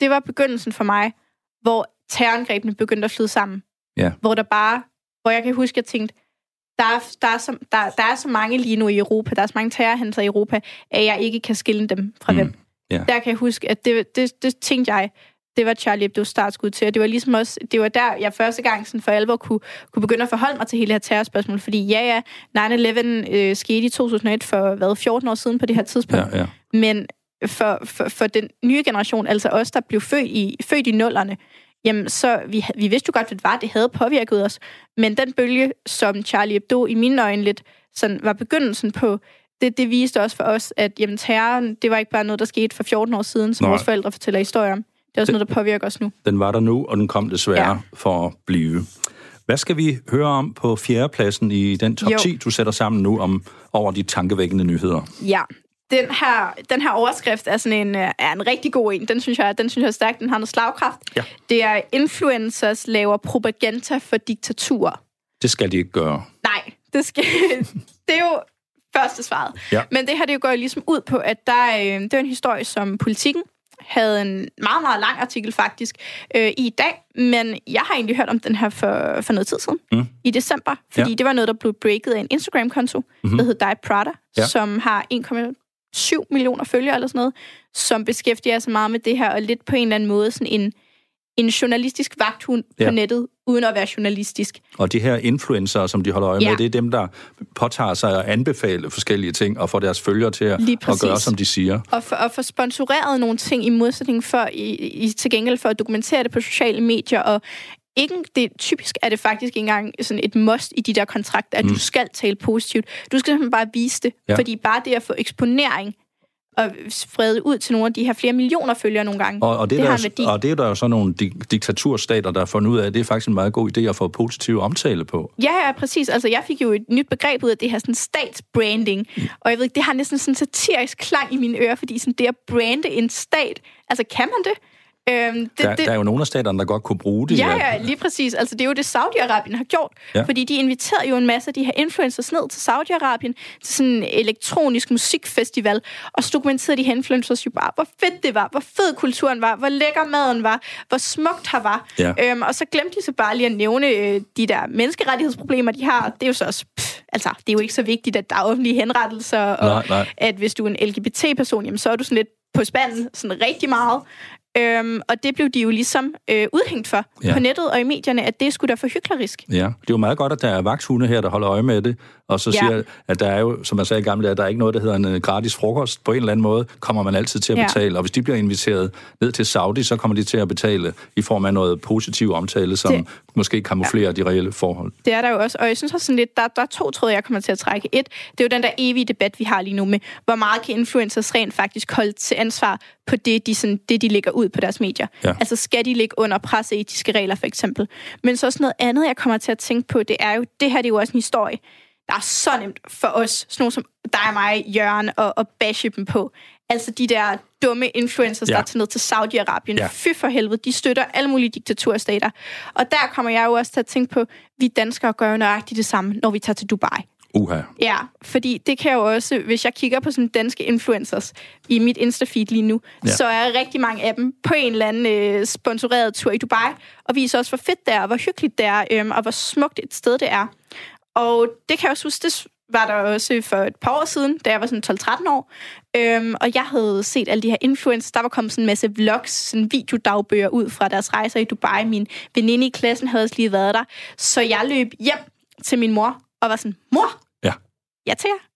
det var begyndelsen for mig, hvor terrorangrebene begyndte at flyde sammen. Ja. Hvor der bare, hvor jeg kan huske, at jeg tænkte, der er, der, er så, der, der er så mange lige nu i Europa, der er så mange terrorhændelser i Europa, at jeg ikke kan skille dem fra mm. hvem. Yeah. Der kan jeg huske, at det, det, det tænkte jeg, det var Charlie Hebdo startskud til, og det var ligesom også, det var der, jeg første gang sådan for alvor kunne, kunne begynde at forholde mig til hele det her terrorspørgsmål, fordi ja, ja, nine eleven øh, skete i to tusind og et for, hvad, fjorten år siden på det her tidspunkt, ja, ja. Men for, for, for den nye generation, altså os, der blev født i, født i nullerne, jamen, så vi, vi vidste jo godt, hvad det var, det havde påvirket os, men den bølge, som Charlie Hebdo i mine øjne lidt sådan, var begyndelsen på, det, det viste også for os, at jamen, terroren, det var ikke bare noget, der skete for fjorten år siden, som Nej. Vores forældre fortæller historier om. Det er også den, noget, der påvirker os nu. Den var der nu, og den kom desværre ja. For at blive. Hvad skal vi høre om på fjerdepladsen i den top jo. ti, du sætter sammen nu om over de tankevækkende nyheder? Ja, den her, den her overskrift er sådan en, er en rigtig god en. Den synes jeg, den synes jeg er stærk. Den har noget slagkraft. Ja. Det er influencers laver propaganda for diktaturer. Det skal de ikke gøre. Nej, det skal det er jo første svaret. Ja. Men det her, det går jo ligesom ud på, at der er, det er en historie, som Politikken havde en meget, meget lang artikel faktisk øh, i dag, men jeg har egentlig hørt om den her for, for noget tid siden, mm. i december, fordi ja. Det var noget, der blev breaket af en Instagram-konto, mm-hmm. der hed Die Prada, ja. Som har en komma syv millioner følgere eller sådan noget, som beskæftiger sig meget med det her, og lidt på en eller anden måde sådan en, en journalistisk vagthund ja. På nettet, uden at være journalistisk. Og de her influencer, som de holder øje med, ja. Det er dem, der påtager sig at anbefale forskellige ting, og får deres følgere til at, at gøre, som de siger. Og for, og for sponsoreret nogle ting i modsætning for, i, i, til gengæld for at dokumentere det på sociale medier, og ikke, det, typisk er det faktisk ikke engang sådan et must i de der kontrakter, at mm. du skal tale positivt. Du skal simpelthen bare vise det, ja. Fordi bare det at få eksponering og sprede ud til nogle af de her flere millioner følgere nogle gange. Og, og, det, det, der, er, og det er der jo så nogle dik- diktaturstater, der har fundet ud af, at det er faktisk en meget god idé at få positiv omtale på. Ja, ja, præcis. Altså, jeg fik jo et nyt begreb ud af det her sådan statsbranding, mm. og jeg ved ikke, det har næsten sådan satirisk klang i mine ører, fordi sådan det at brande en stat, altså kan man det? Øhm, det, der, det, der er jo nogle af staterne, der godt kunne bruge det. Ja, ja, lige præcis. Altså, det er jo det, Saudi-Arabien har gjort. Ja. Fordi de inviterede jo en masse af de her influencers ned til Saudi-Arabien til sådan en elektronisk musikfestival, og så dokumenterede de her influencers jo bare, hvor fedt det var, hvor fed kulturen var, hvor lækker maden var, hvor smukt her var. Ja. Øhm, og så glemte de så bare lige at nævne øh, de der menneskerettighedsproblemer, de har. Det er jo så også... Pff, altså, det er jo ikke så vigtigt, at der er offentlige henrettelser, og nej, nej. At hvis du er en L G B T-person, jamen, så er du sådan lidt på spanden sådan rigtig meget. Øhm, og det blev de jo ligesom øh, udhængt for ja. På nettet og i medierne, at det skulle da for hyklerisk. Ja, det er jo meget godt, at der er vagthunde her, der holder øje med det, og så ja. Siger, at der er jo, som jeg sagde i gamle dage, der er ikke noget, der hedder en gratis frokost. På en eller anden måde kommer man altid til at betale, ja. Og hvis de bliver inviteret ned til Saudi, så kommer de til at betale i form af noget positiv omtale, som det, måske kamuflerer ja. De reelle forhold. Det er der jo også, og jeg synes også sådan lidt, der, der er to tråde, jeg kommer til at trække. Et, det er jo den der evige debat, vi har lige nu med, hvor meget kan influencers rent faktisk holde til ansvar på det, de, sådan, det, de lægger ud på deres medier. Ja. Altså, skal de ligge under presseetiske regler, for eksempel. Men så også noget andet, jeg kommer til at tænke på, det er jo, det her det er jo også en historie, der er så nemt for os, sådan nogle som dig og mig, Jørgen, og, og bashe dem på. Altså de der dumme influencers, ja. Der tager ned til Saudi-Arabien. Ja. Fy for helvede, de støtter alle mulige diktaturstater. Og der kommer jeg jo også til at tænke på, vi danskere gør jo nøjagtigt det samme, når vi tager til Dubai. Uha. Ja, fordi det kan jo også, hvis jeg kigger på sådan danske influencers i mit Insta-feed lige nu, ja. Så er rigtig mange af dem på en eller anden øh, sponsoreret tur i Dubai, og viser også, hvor fedt det er, og hvor hyggeligt det er, øh, og hvor smukt et sted det er. Og det kan jeg også huske, det var der også for et par år siden, da jeg var sådan tolv tretten år, øhm, og jeg havde set alle de her influencers, der var kommet sådan en masse vlogs, sådan videodagbøger ud fra deres rejser i Dubai. Min veninde i klassen havde også lige været der, så jeg løb hjem til min mor, og var sådan, mor, ja, ja til jer.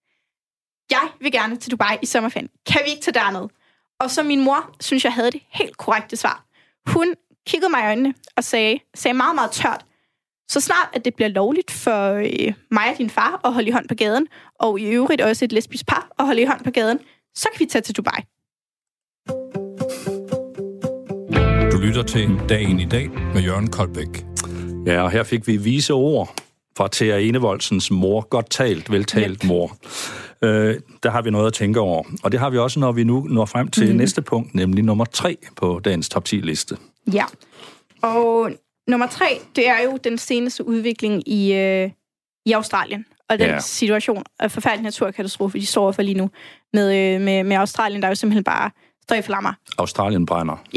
Jeg vil gerne til Dubai i sommerferien. Kan vi ikke tage derned? Og så min mor, synes jeg, havde det helt korrekte svar. Hun kiggede mig i øjnene og sagde, sagde meget, meget tørt, så snart, at det bliver lovligt for øh, mig og din far at holde i hånd på gaden, og i øvrigt også et lesbisk par at holde i hånd på gaden, så kan vi tage til Dubai. Du lytter til Dagen i dag med Jørgen Koldbæk. Ja, og her fik vi vise ord fra Thea Enevoldsens mor. Godt talt, veltalt yep. mor. Øh, der har vi noget at tænke over. Og det har vi også, når vi nu når frem til mm. næste punkt, nemlig nummer tre på dagens top ti-liste. Ja, og nummer tre, det er jo den seneste udvikling i, øh, i Australien. Og den yeah. situation af forfærdelig naturkatastrofe, de står for lige nu med, øh, med, med Australien, der er jo simpelthen bare står i flammer. Australien brænder. Ja,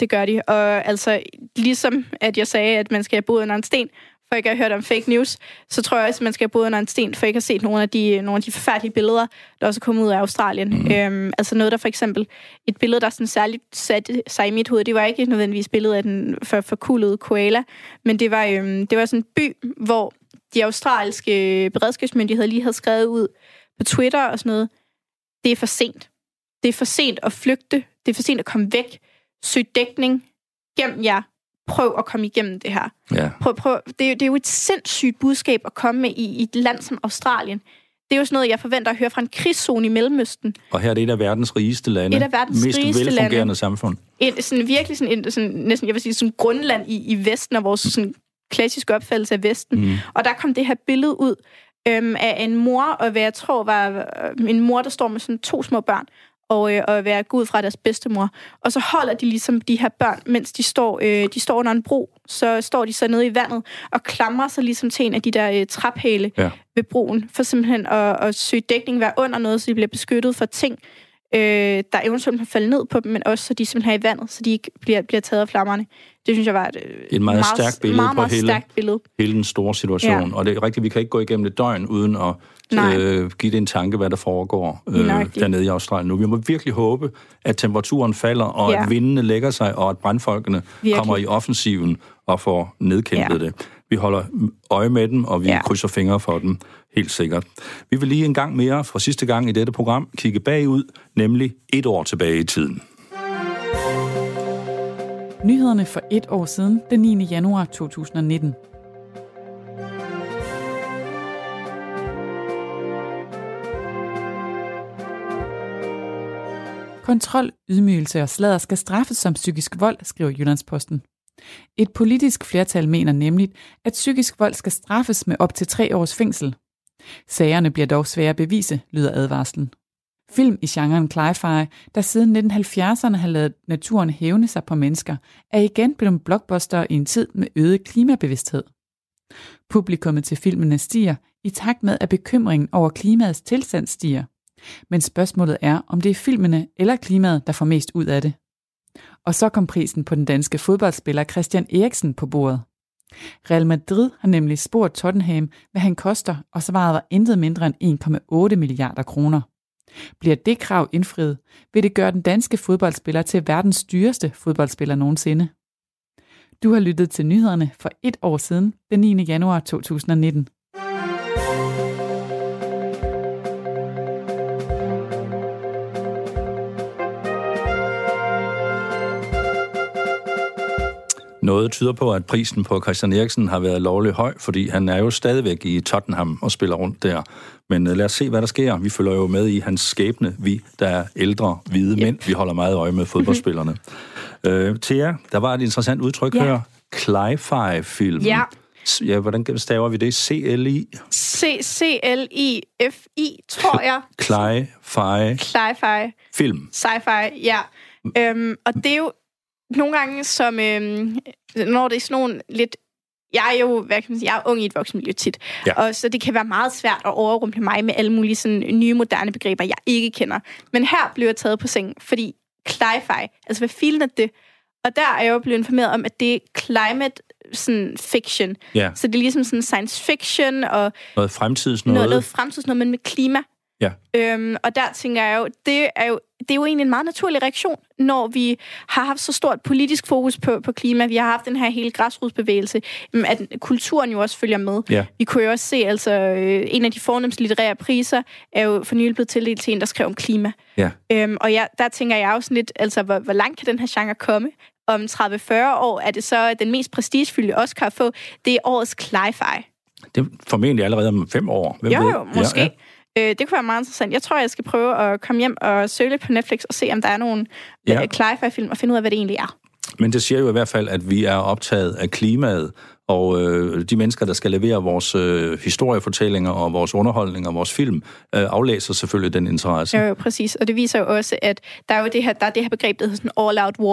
det gør de. Og altså, ligesom at jeg sagde, at man skal have boet under en sten, for ikke at have hørt om fake news, så tror jeg også, at man skal have boet under en sten, for ikke at have set nogle af de, nogle af de forfærdelige billeder, der også er kommet ud af Australien. Mm. Øhm, altså noget, der for eksempel, et billede, der sådan særligt satte sig i mit hoved, det var ikke nødvendigvis billedet af den for, forkullede koala, men det var, øhm, det var sådan en by, hvor de australske beredskabsmyndigheder lige havde skrevet ud på Twitter og sådan noget, det er for sent. Det er for sent at flygte. Det er for sent at komme væk. Søg dækning. Gem jer. Prøv at komme igennem det her. Ja. Prøv, prøv. Det, er, det er jo et sindssygt budskab at komme med i, i et land som Australien. Det er jo sådan noget, jeg forventer at høre fra en krigszone i Mellemøsten. Og her er det et af verdens rigeste lande. Et af verdens mest rigeste velfungerende lande. Samfund. Et, sådan, virkelig sådan, en, sådan, næsten, jeg vil sige, sådan grundland i, i Vesten, og vores sådan, klassiske opfattelse af Vesten. Mm. Og der kom det her billede ud øhm, af en mor, og hvad jeg tror var en mor, der står med sådan to små børn, og, øh, og være gud fra deres bedstemor. Og så holder de ligesom de her børn, mens de står, øh, de står under en bro. Så står de så nede i vandet og klamrer sig ligesom til en af de der øh, traphæle ja. ved broen, for simpelthen at, at søge dækning, være under noget, så de bliver beskyttet for ting, øh, der eventuelt har faldet ned på dem, men også så de simpelthen er i vandet, så de ikke bliver, bliver taget af flammerne. Det synes jeg var et, et meget, meget stærkt billede meget, på meget hele, stærkt billede. hele den store situation. Ja. Og det er rigtigt, vi kan ikke gå igennem et døgn uden at øh, give det en tanke, hvad der foregår øh, dernede i Australien nu. Vi må virkelig håbe, at temperaturen falder, og ja. at vindene lægger sig, og at brandfolkene virkelig. kommer i offensiven og får nedkæmpet ja. det. Vi holder øje med dem, og vi ja. krydser fingre for dem, helt sikkert. Vi vil lige en gang mere fra sidste gang i dette program kigge bagud, nemlig et år tilbage i tiden. Nyhederne for et år siden, den niende januar to tusind nitten. Kontrol, ydmygelse og sladder skal straffes som psykisk vold, skriver Jyllandsposten. Et politisk flertal mener nemlig, at psykisk vold skal straffes med op til tre års fængsel. Sagerne bliver dog svære at bevise, lyder advarslen. Film i genren cli-fi, der siden nitten halvfjerdserne har ladet naturen hævne sig på mennesker, er igen blevet blockbuster i en tid med øget klimabevidsthed. Publikummet til filmene stiger i takt med, at bekymringen over klimaets tilstand stiger. Men spørgsmålet er, om det er filmene eller klimaet, der får mest ud af det. Og så kom prisen på den danske fodboldspiller Christian Eriksen på bordet. Real Madrid har nemlig spurgt Tottenham, hvad han koster, og svaret var intet mindre end en komma otte milliarder kroner. Bliver det krav indfriet, vil det gøre den danske fodboldspiller til verdens dyreste fodboldspiller nogensinde. Du har lyttet til nyhederne for et år siden, den niende januar to tusind nitten. Noget tyder på, at prisen på Christian Eriksen har været lovligt høj, fordi han er jo stadigvæk i Tottenham og spiller rundt der. Men lad os se, hvad der sker. Vi følger jo med i hans skæbne. Vi, der er ældre, hvide yep. mænd, vi holder meget øje med fodboldspillerne. øh, Thea, der var et interessant udtryk yeah. her. Cli-fi-film. Ja. Ja, hvordan staver vi det? C L I? C L I F I, tror jeg. Cli-fi. Cli-fi. Film. Sci-fi, ja. Øhm, og det er jo nogle gange, som øhm, når det er sådan nogle lidt... Jeg er jo, hvad kan man sige, jeg er ung i et voksenmiljø tit, ja. Og så det kan være meget svært at overrumple mig med alle mulige sådan, nye, moderne begreber, jeg ikke kender. Men her blev jeg taget på sengen, fordi cli-fi, altså hvad filen er det? Og der er jeg jo blevet informeret om, at det er climate sådan, fiction. Ja. Så det er ligesom sådan science fiction og... Noget fremtids noget. Noget, noget fremtids noget, men med klima. Ja. Øhm, og der tænker jeg jo, det er jo, det er jo egentlig en meget naturlig reaktion, når vi har haft så stort politisk fokus på, på klima. Vi har haft den her hele græsrodsbevægelse, at kulturen jo også følger med. Ja. Vi kunne jo også se, altså øh, en af de fornemste litterære priser er jo for nylig blevet tildelt til en, der skrev om klima. Ja. Øhm, og ja, der tænker jeg jo sådan lidt, altså hvor, hvor langt kan den her genre komme? Om tredive til fyrre år er det så den mest prestigefyldte Oscar at få. Det er årets cli-fi. Det er formentlig allerede om fem år. Hvem jo, ved? jo, måske. Ja, ja. Øh, det kunne være meget interessant. Jeg tror, jeg skal prøve at komme hjem og søge lidt på Netflix og se, om der er nogle ja. cli-fi-film, og finde ud af, hvad det egentlig er. Men det siger jo i hvert fald, at vi er optaget af klimaet, og øh, de mennesker, der skal levere vores øh, historiefortællinger og vores underholdning og vores film, øh, aflæser selvfølgelig den interesse. Jo, jo, præcis. Og det viser jo også, at der er jo det her, der er det her begreb, der hedder sådan all-out war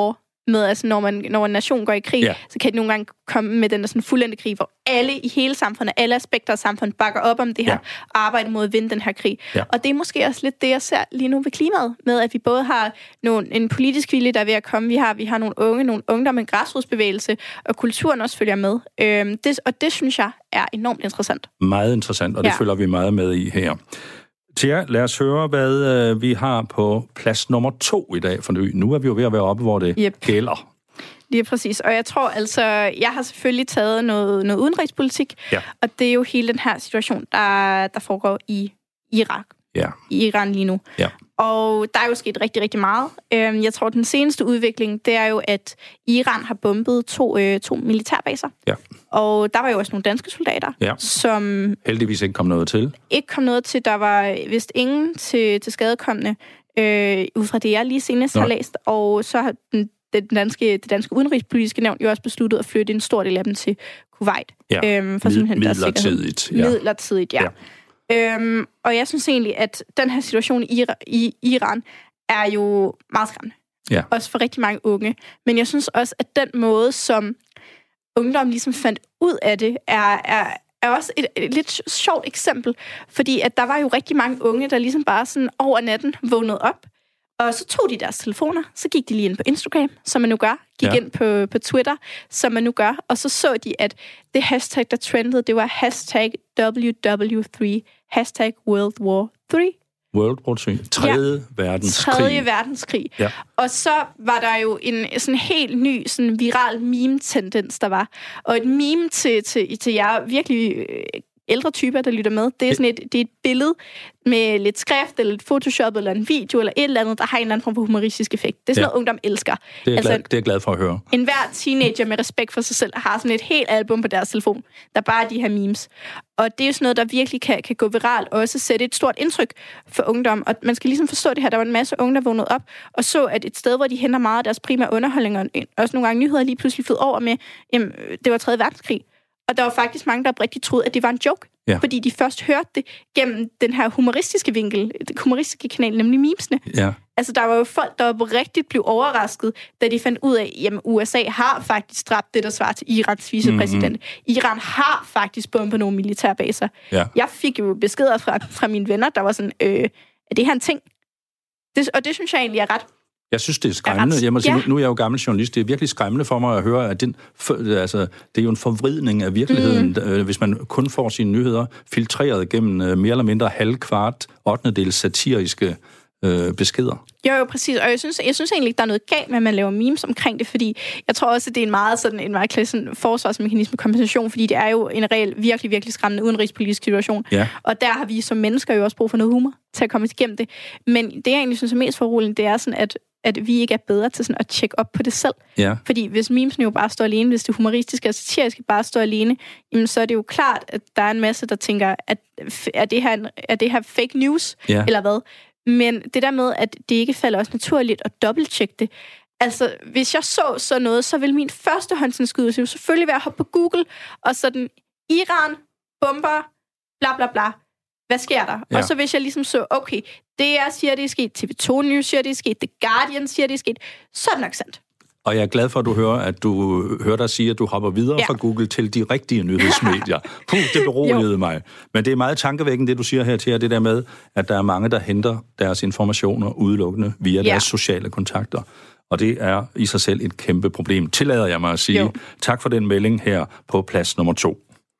med, altså når, man, når en nation går i krig, ja. så kan det nogle gange komme med den der sådan fuldendte krig, hvor alle i hele samfundet, alle aspekter af samfundet bakker op om det her, ja. arbejde mod at vinde den her krig. Ja. Og det er måske også lidt det, jeg ser lige nu ved klimaet, med at vi både har nogle, en politisk vilje, der er ved at komme, vi har, vi har nogle unge, nogle ungdom, en græsrodsbevægelse, og kulturen også følger med. Øhm, det, og det synes jeg er enormt interessant. Meget interessant, og det ja. følger vi meget med i her. Tia, lad os høre, hvad øh, vi har på plads nummer to i dag, for nu er vi jo ved at være oppe, hvor det yep. gælder. Lige præcis, og jeg tror altså, jeg har selvfølgelig taget noget, noget udenrigspolitik, ja. og det er jo hele den her situation, der, der foregår i Irak, ja. i Iran lige nu. Ja. Og der er jo sket rigtig, rigtig meget. Jeg tror, den seneste udvikling, det er jo, at Iran har bombet to, øh, to militærbaser. Ja. Og der var jo også nogle danske soldater, ja. som... heldigvis ikke kom noget til. Ikke kom noget til. Der var vist ingen til, til skadekommende, øh, ud fra det, jeg lige senest Nå. har læst. Og så har den, den danske, det danske udenrigspolitiske nævn jo også besluttet at flytte en stor del af dem til Kuwait. Ja. Øhm, for Mid- midlertidigt. Ja. Midlertidigt, ja. ja. Øhm, og jeg synes egentlig, at den her situation i, i Iran er jo meget skræmmende. Ja. Også for rigtig mange unge. Men jeg synes også, at den måde, som ungdom ligesom fandt ud af det, er, er, er også et, et lidt sjovt eksempel. Fordi at der var jo rigtig mange unge, der ligesom bare sådan over natten vågnede op. Og så tog de deres telefoner, så gik de lige ind på Instagram, som man nu gør. Gik ja. ind på, på Twitter, som man nu gør. Og så så de, at det hashtag, der trendede, det var hashtag W W tre. Hashtag World War tre. World War tre. Tredje ja. verdenskrig. Tredje verdenskrig. Ja. Og så var der jo en sådan helt ny sådan viral meme-tendens, der var. Og et meme til, til, til jer virkelig øh, ældre typer, der lytter med, det er sådan et, det er et billede med lidt skrift, eller lidt Photoshop, eller en video, eller et eller andet, der har en eller anden form for humoristisk effekt. Det er sådan ja. noget, ungdom elsker. Det er, altså, glad, det er jeg glad for at høre. En hver teenager med respekt for sig selv har sådan et helt album på deres telefon, der bare er de her memes. Og det er jo sådan noget, der virkelig kan, kan gå viralt, og også sætte et stort indtryk for ungdom. Og man skal ligesom forstå det her. Der var en masse unge, der vågnede op, og så, at et sted, hvor de henter meget af deres primære underholdning, og også nogle gange nyheder lige pludselig flød over med, jamen, det var tredje verdenskrig. Og der var faktisk mange, der rigtig troede, at det var en joke. Ja. Fordi de først hørte det gennem den her humoristiske vinkel, den humoristiske kanal, nemlig memesene. Ja. Altså, der var jo folk, der var rigtig blev overrasket, da de fandt ud af, at U S A har faktisk dræbt det, der svarer til Irans vicepræsident. Mm-hmm. Iran har faktisk bombet nogle militærbaser. Ja. Jeg fik jo beskeder fra, fra mine venner, der var sådan, øh, er det her en ting? Det, og det synes jeg egentlig er ret. Jeg synes, det er skræmmende. Jeg må sige, ja. nu, nu er jeg jo gammel journalist. Det er virkelig skræmmende for mig at høre, at den, for, altså, det er jo en forvridning af virkeligheden, mm. øh, hvis man kun får sine nyheder filtreret gennem øh, mere eller mindre halvkvart, ottendedels satiriske øh, beskeder. Jo, jo, præcis. Og jeg synes, jeg synes egentlig, der er noget galt med, at man laver memes omkring det, fordi jeg tror også, at det er en meget, sådan, en meget klassisk forsvarsmekanisme kompensation, fordi det er jo en reel, virkelig, virkelig skræmmende udenrigspolitisk situation. Ja. Og der har vi som mennesker jo også brug for noget humor til at komme igennem det. Men det, jeg egentlig synes er mest foruroligende, det er sådan, at at vi ikke er bedre til sådan at tjekke op på det selv. Ja. Fordi hvis memesene jo bare står alene, hvis det humoristiske og satiriske bare står alene, jamen så er det jo klart, at der er en masse, der tænker, at er det her, er det her fake news, ja. eller hvad? Men det der med, at det ikke falder også naturligt at dobbelttjekke det. Altså, hvis jeg så sådan noget, så vil min førstehåndsindskydelse jo selvfølgelig være at hoppe på Google, og sådan, Iran bomber, bla bla bla. Hvad sker der? Ja. Og så hvis jeg ligesom så, okay, D R siger, det er sket, T V to News siger, det er sket, The Guardian siger, det er sket, så er det nok sandt. Og jeg er glad for, at du hører, at du hører dig sige, at du hopper videre ja. fra Google til de rigtige nyhedsmedier. Puh, det beroligede mig. Men det er meget tankevækkende, det du siger her til, det der med, at der er mange, der henter deres informationer udelukkende via ja. deres sociale kontakter. Og det er i sig selv et kæmpe problem. Tillader jeg mig at sige. Jo. Tak for den melding her på plads nummer to.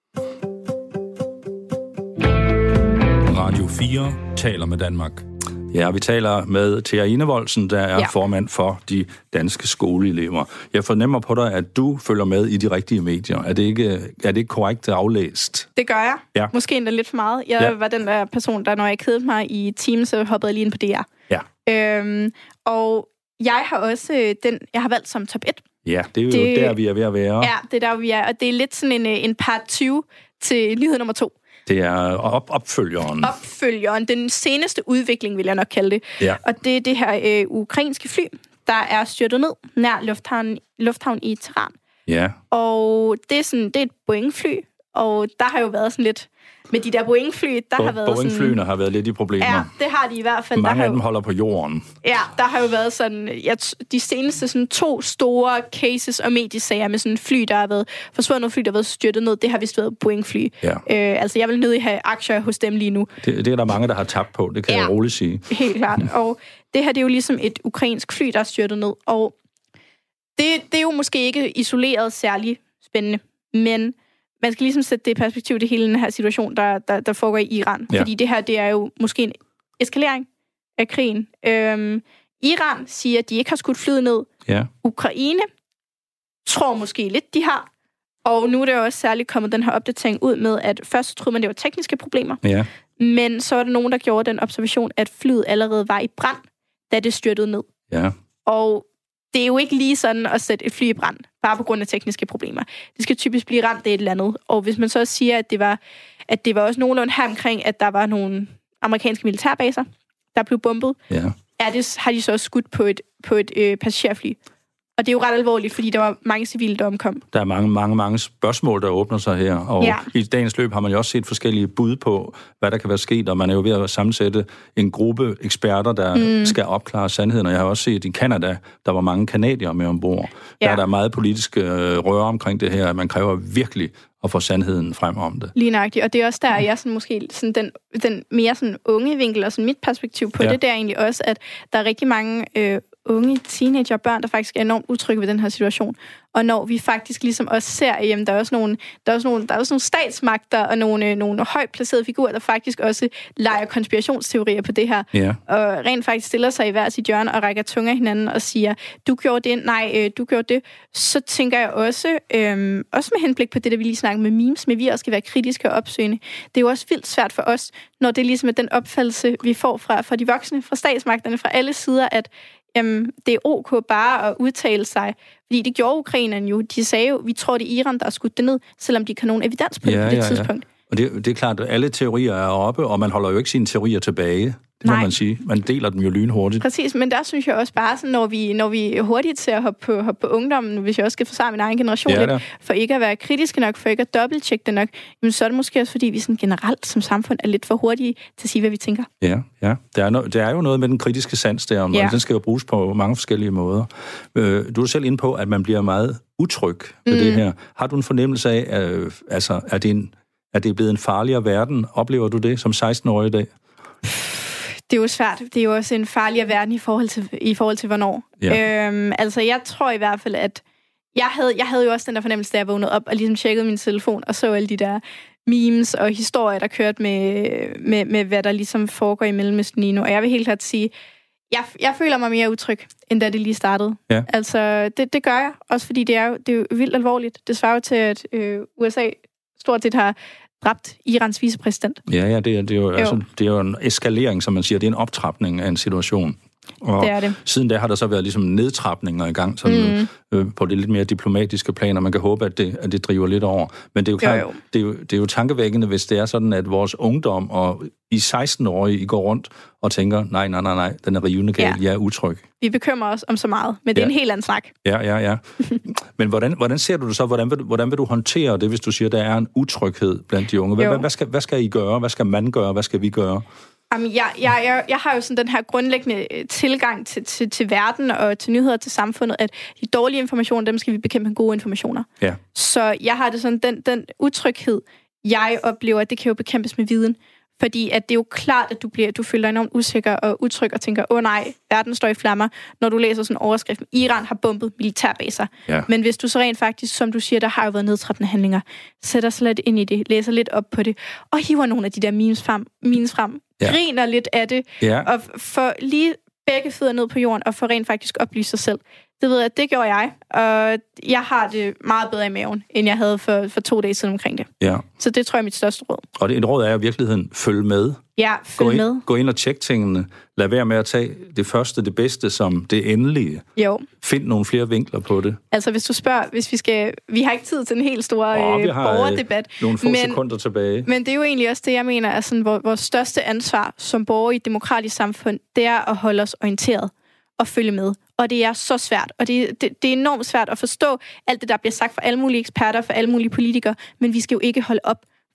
Radio fire taler med Danmark. Ja, vi taler med Thea Enevoldsen, der er ja. formand for de danske skoleelever. Jeg fornemmer på dig, at du følger med i de rigtige medier. Er det ikke, er det ikke korrekt aflæst? Det gør jeg. Ja. Måske endda lidt for meget. Jeg ja. var den der person, der når jeg kedede mig i Teams, så hoppede jeg lige ind på D R. Ja. Øhm, og jeg har også den, jeg har valgt som top et. Ja, det er jo det, der, vi er ved at være. Ja, det er der, vi er. Og det er lidt sådan en, en part tyve til nyhed nummer to. Det er op- opfølgeren. Opfølgeren. Den seneste udvikling, vil jeg nok kalde det. Ja. Og det er det her øh, ukrainske fly, der er styrtet ned nær lufthavn, lufthavn i Teheran. Ja. Og det er, sådan, det er et Boeing-fly, og der har jo været sådan lidt Med de der Boeing-fly, der Bo- har været Boeing-flyene sådan... har været lidt i problemer. Ja, det har de i hvert fald. Mange der af dem jo... holder på jorden. Ja, der har jo været sådan... Ja, de seneste sådan, to store cases og mediesager med sådan fly, der har været forsvundet, fly, der har været styrtet ned, det har vist været Boeing-fly. Ja. Øh, altså, jeg vil nødig have aktier hos dem lige nu. Det, det er der mange, der har tabt på, det kan ja, jeg roligt sige. Helt klart. Og det her, det er jo ligesom et ukrainsk fly, der er styrtet ned. Og det, det er jo måske ikke isoleret særlig spændende, men man skal ligesom sætte det i perspektiv, det hele den her situation, der, der, der foregår i Iran. Ja. Fordi det her, det er jo måske en eskalering af krigen. Øhm, Iran siger, at de ikke har skudt flyet ned. Ja. Ukraine tror måske lidt, de har. Og nu er der jo også særligt kommet den her opdatering ud med, at først troede man, det var tekniske problemer. Ja. Men så var der nogen, der gjorde den observation, at flyet allerede var i brand, da det styrtede ned. Ja. Og det er jo ikke lige sådan at sætte et fly i brand, bare på grund af tekniske problemer. Det skal typisk blive ramt af et eller andet. Og hvis man så siger, at det var, at det var også nogenlunde her omkring, at der var nogle amerikanske militærbaser, der blev bombet, ja. er det, har de så også skudt på et, på et øh, passagerfly. Og det er jo ret alvorligt, fordi der var mange civile, der omkom. Der er mange, mange, mange spørgsmål, der åbner sig her. Og ja. I dagens løb har man jo også set forskellige bud på, hvad der kan være sket, og man er jo ved at sammensætte en gruppe eksperter, der mm. skal opklare sandheden. Og jeg har også set i Canada, der var mange canadier med ombord. Ja. Der er der meget politiske øh, røre omkring det her, at man kræver virkelig at få sandheden frem om det. Lige nøjagtigt. Og det er også der, jeg sådan måske sådan den, den mere sådan unge vinkel, og sådan mit perspektiv på ja. det, der er egentlig også, at der er rigtig mange øh, unge teenager og børn, der faktisk er enormt utrygge ved den her situation. Og når vi faktisk ligesom også ser, jamen, der er også nogle, der er også nogle, der er også nogle statsmagter og nogle, nogle højt placerede figurer, der faktisk også leger konspirationsteorier på det her. Ja. Og rent faktisk stiller sig i hver sit hjørne og rækker tunge af hinanden og siger, du gjorde det, nej, øh, du gjorde det. Så tænker jeg også, øh, også med henblik på det, der vi lige snakker med memes, men vi også skal være kritiske og opsøgende. Det er jo også vildt svært for os, når det er ligesom den opfattelse, vi får fra, fra de voksne, fra statsmagterne, fra alle sider, at Jamen, det er ok bare at udtale sig. Fordi det gjorde ukrainerne jo. De sagde jo, vi tror, det er Iran, der har skudt det ned, selvom de ikke har nogen evidens på det, ja, på det ja, tidspunkt. Ja. Og det, det er klart, at alle teorier er oppe, og man holder jo ikke sine teorier tilbage. Det må Nej. man sige. Man deler dem jo lynhurtigt. Præcis, men der synes jeg også bare, sådan, når, vi, når vi er hurtigt til at hoppe på, hoppe på ungdommen, hvis jeg også skal forsvare min egen generation ja, lidt, for ikke at være kritiske nok, for ikke at dobbelttjekke det nok, jamen, så er det måske også, fordi vi sådan generelt som samfund er lidt for hurtige til at sige, hvad vi tænker. Ja, ja. Der er, no, der er jo noget med den kritiske sans der, og ja. den skal jo bruges på mange forskellige måder. Øh, du er selv inde på, at man bliver meget utryg ved mm. det her. Har du en fornemmelse af, øh, altså, er det, en, er det blevet en farligere verden? Oplever du det som seksten-årig i dag? Det er jo svært. Det er jo også en farligere verden i forhold til, i forhold til hvornår. Ja. Øhm, altså, jeg tror i hvert fald, at jeg havde, jeg havde jo også den der fornemmelse, da jeg vågnede op og ligesom tjekkede min telefon og så alle de der memes og historier, der kørte med, med, med hvad der ligesom foregår i Mellemøsten lige nu. Og jeg vil helt klart sige, jeg, jeg føler mig mere utryg, end da det lige startede. Ja. Altså, det, det gør jeg. Også fordi det er jo, det er jo vildt alvorligt. Det svarer jo til, at øh, U S A stort set har dræbt Irans vicepræsident. Ja, ja, det er, det, er jo, jo. Altså, det er jo en eskalering, som man siger. Det er en optrapning af en situation. Og det er det. Siden da har der så været ligesom nedtrapninger i gang, sådan, mm. øh, på det lidt mere diplomatiske plan, og man kan håbe, at det, at det driver lidt over. Men det er jo klart, jo, jo. Det, er jo, det er jo tankevækkende, hvis det er sådan, at vores ungdom og i seksten-årige I går rundt og tænker, nej, nej, nej, nej, den er rivende gal, ja. jeg er utryg. Vi bekymrer os om så meget, men det ja. er en helt anden snak. Ja, ja, ja. Men hvordan, hvordan ser du det så? Hvordan vil, hvordan vil du håndtere det, hvis du siger, at der er en utryghed blandt de unge? Hvad, hvad, skal, hvad skal I gøre? Hvad skal man gøre? Hvad skal vi gøre? Jamen, jeg, jeg, jeg, jeg har jo sådan den her grundlæggende tilgang til, til, til verden og til nyheder til samfundet, at de dårlige informationer, dem skal vi bekæmpe med gode informationer. Ja. Så jeg har det sådan, den, den utryghed, jeg oplever, at det kan jo bekæmpes med viden. Fordi at det er jo klart, at du, bliver, du føler dig enormt usikker og utryg og tænker, åh oh, nej, verden står i flammer, når du læser sådan en overskrift. Iran har bombet militærbaser. Ja. Men hvis du så rent faktisk, som du siger, der har jo været nedtrappende handlinger, sætter sig lidt ind i det, læser lidt op på det, og hiver nogle af de der memes frem, memes frem ja. griner lidt af det, ja. og får lige begge fødder ned på jorden og får rent faktisk oplyst sig selv. Det ved jeg, det gjorde jeg, og jeg har det meget bedre i maven, end jeg havde for, for to dage siden omkring det. Ja. Så det tror jeg er mit største råd. Og det, et råd er i virkeligheden, følg med. Ja, følg gå ind, med. Gå ind og tjek tingene. Lad være med at tage det første, det bedste som det endelige. Jo. Find nogle flere vinkler på det. Altså, hvis du spørger, hvis vi skal... Vi har ikke tid til en helt stor oh, øh, borgerdebat. Nogle få men, sekunder tilbage. Men det er jo egentlig også det, jeg mener, er sådan, vores, vores største ansvar som borger i et demokratisk samfund, det er at holde os orienteret og følge med. Og det er så svært, og det, det, det er enormt svært at forstå alt det, der bliver sagt fra alle mulige eksperter, fra alle mulige politikere, men vi skal jo ikke holde op,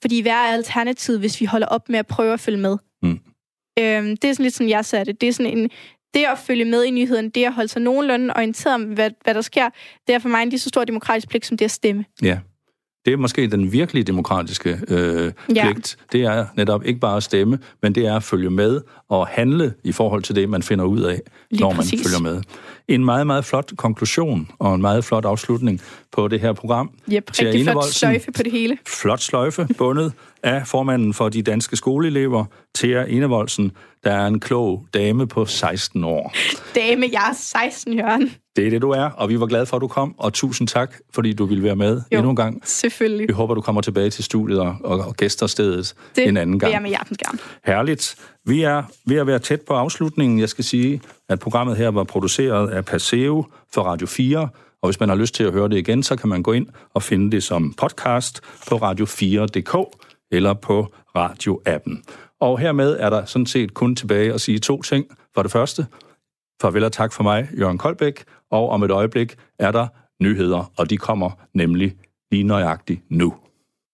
Fordi hvad er alternativet, hvis vi holder op med at prøve at følge med? Mm. Øhm, det er sådan lidt sådan, jeg ser det. Det er sådan en... Det at følge med i nyheden, det at holde sig nogenlunde orienteret om, hvad, hvad der sker, det er for mig en lige så stor demokratisk pligt, som det at stemme. Ja. Det er måske den virkelige demokratiske øh, ja. pligt. Det er netop ikke bare at stemme, men det er at følge med og handle i forhold til det, man finder ud af, lige når præcis. man følger med. En meget, meget flot konklusion og en meget flot afslutning på det her program. Yep, rigtig flot sløjfe på det hele. Flot sløjfe, bundet af formanden for de danske skoleelever, Thea Enevoldsen, der er en klog dame på seksten år. Dame, jeg er seksten, Jørgen. Det er det, du er, og vi var glade for, at du kom, og tusind tak, fordi du ville være med jo, endnu en gang. Selvfølgelig. Vi håber, du kommer tilbage til studiet og, og gæster stedet det en anden gang. Det vil jeg med hjertens gerne. Herligt. Vi er ved at være tæt på afslutningen. Jeg skal sige, at programmet her var produceret af Paseo for Radio fire, og hvis man har lyst til at høre det igen, så kan man gå ind og finde det som podcast på radio fire punktum d k eller på radioappen. Og hermed er der sådan set kun tilbage at sige to ting. For det første, farvel og tak for mig, Jørgen Koldbæk, og om et øjeblik er der nyheder, og de kommer nemlig lige nøjagtigt nu.